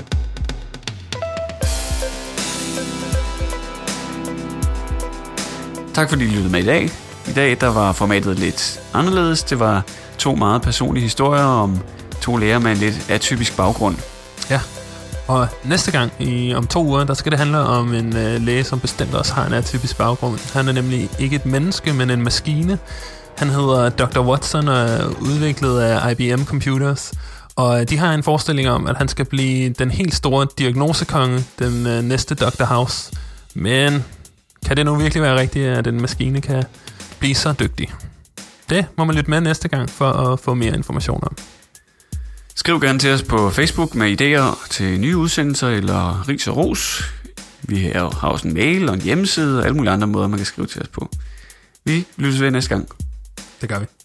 Speaker 3: Tak fordi I lyttede med i dag. I dag der var formatet lidt anderledes. Det var to meget personlige historier om to læger med en lidt atypisk baggrund.
Speaker 4: Ja, og næste gang i, om to uger, der skal det handle om en øh, læge, som bestemt også har en atypisk baggrund. Han er nemlig ikke et menneske, men en maskine. Han hedder doktor Watson og er udviklet af I B M Computers. Og de har en forestilling om, at han skal blive den helt store diagnosekonge, den øh, næste doktor House. Men kan det nu virkelig være rigtigt, at en maskine kan blive så dygtig? Det må man lytte med næste gang for at få mere information om.
Speaker 3: Skriv gerne til os på Facebook med idéer til nye udsendelser eller ris og ros. Vi har også en mail og en hjemmeside og alle mulige andre måder, man kan skrive til os på. Vi lyttes ved næste gang.
Speaker 4: Det gør vi.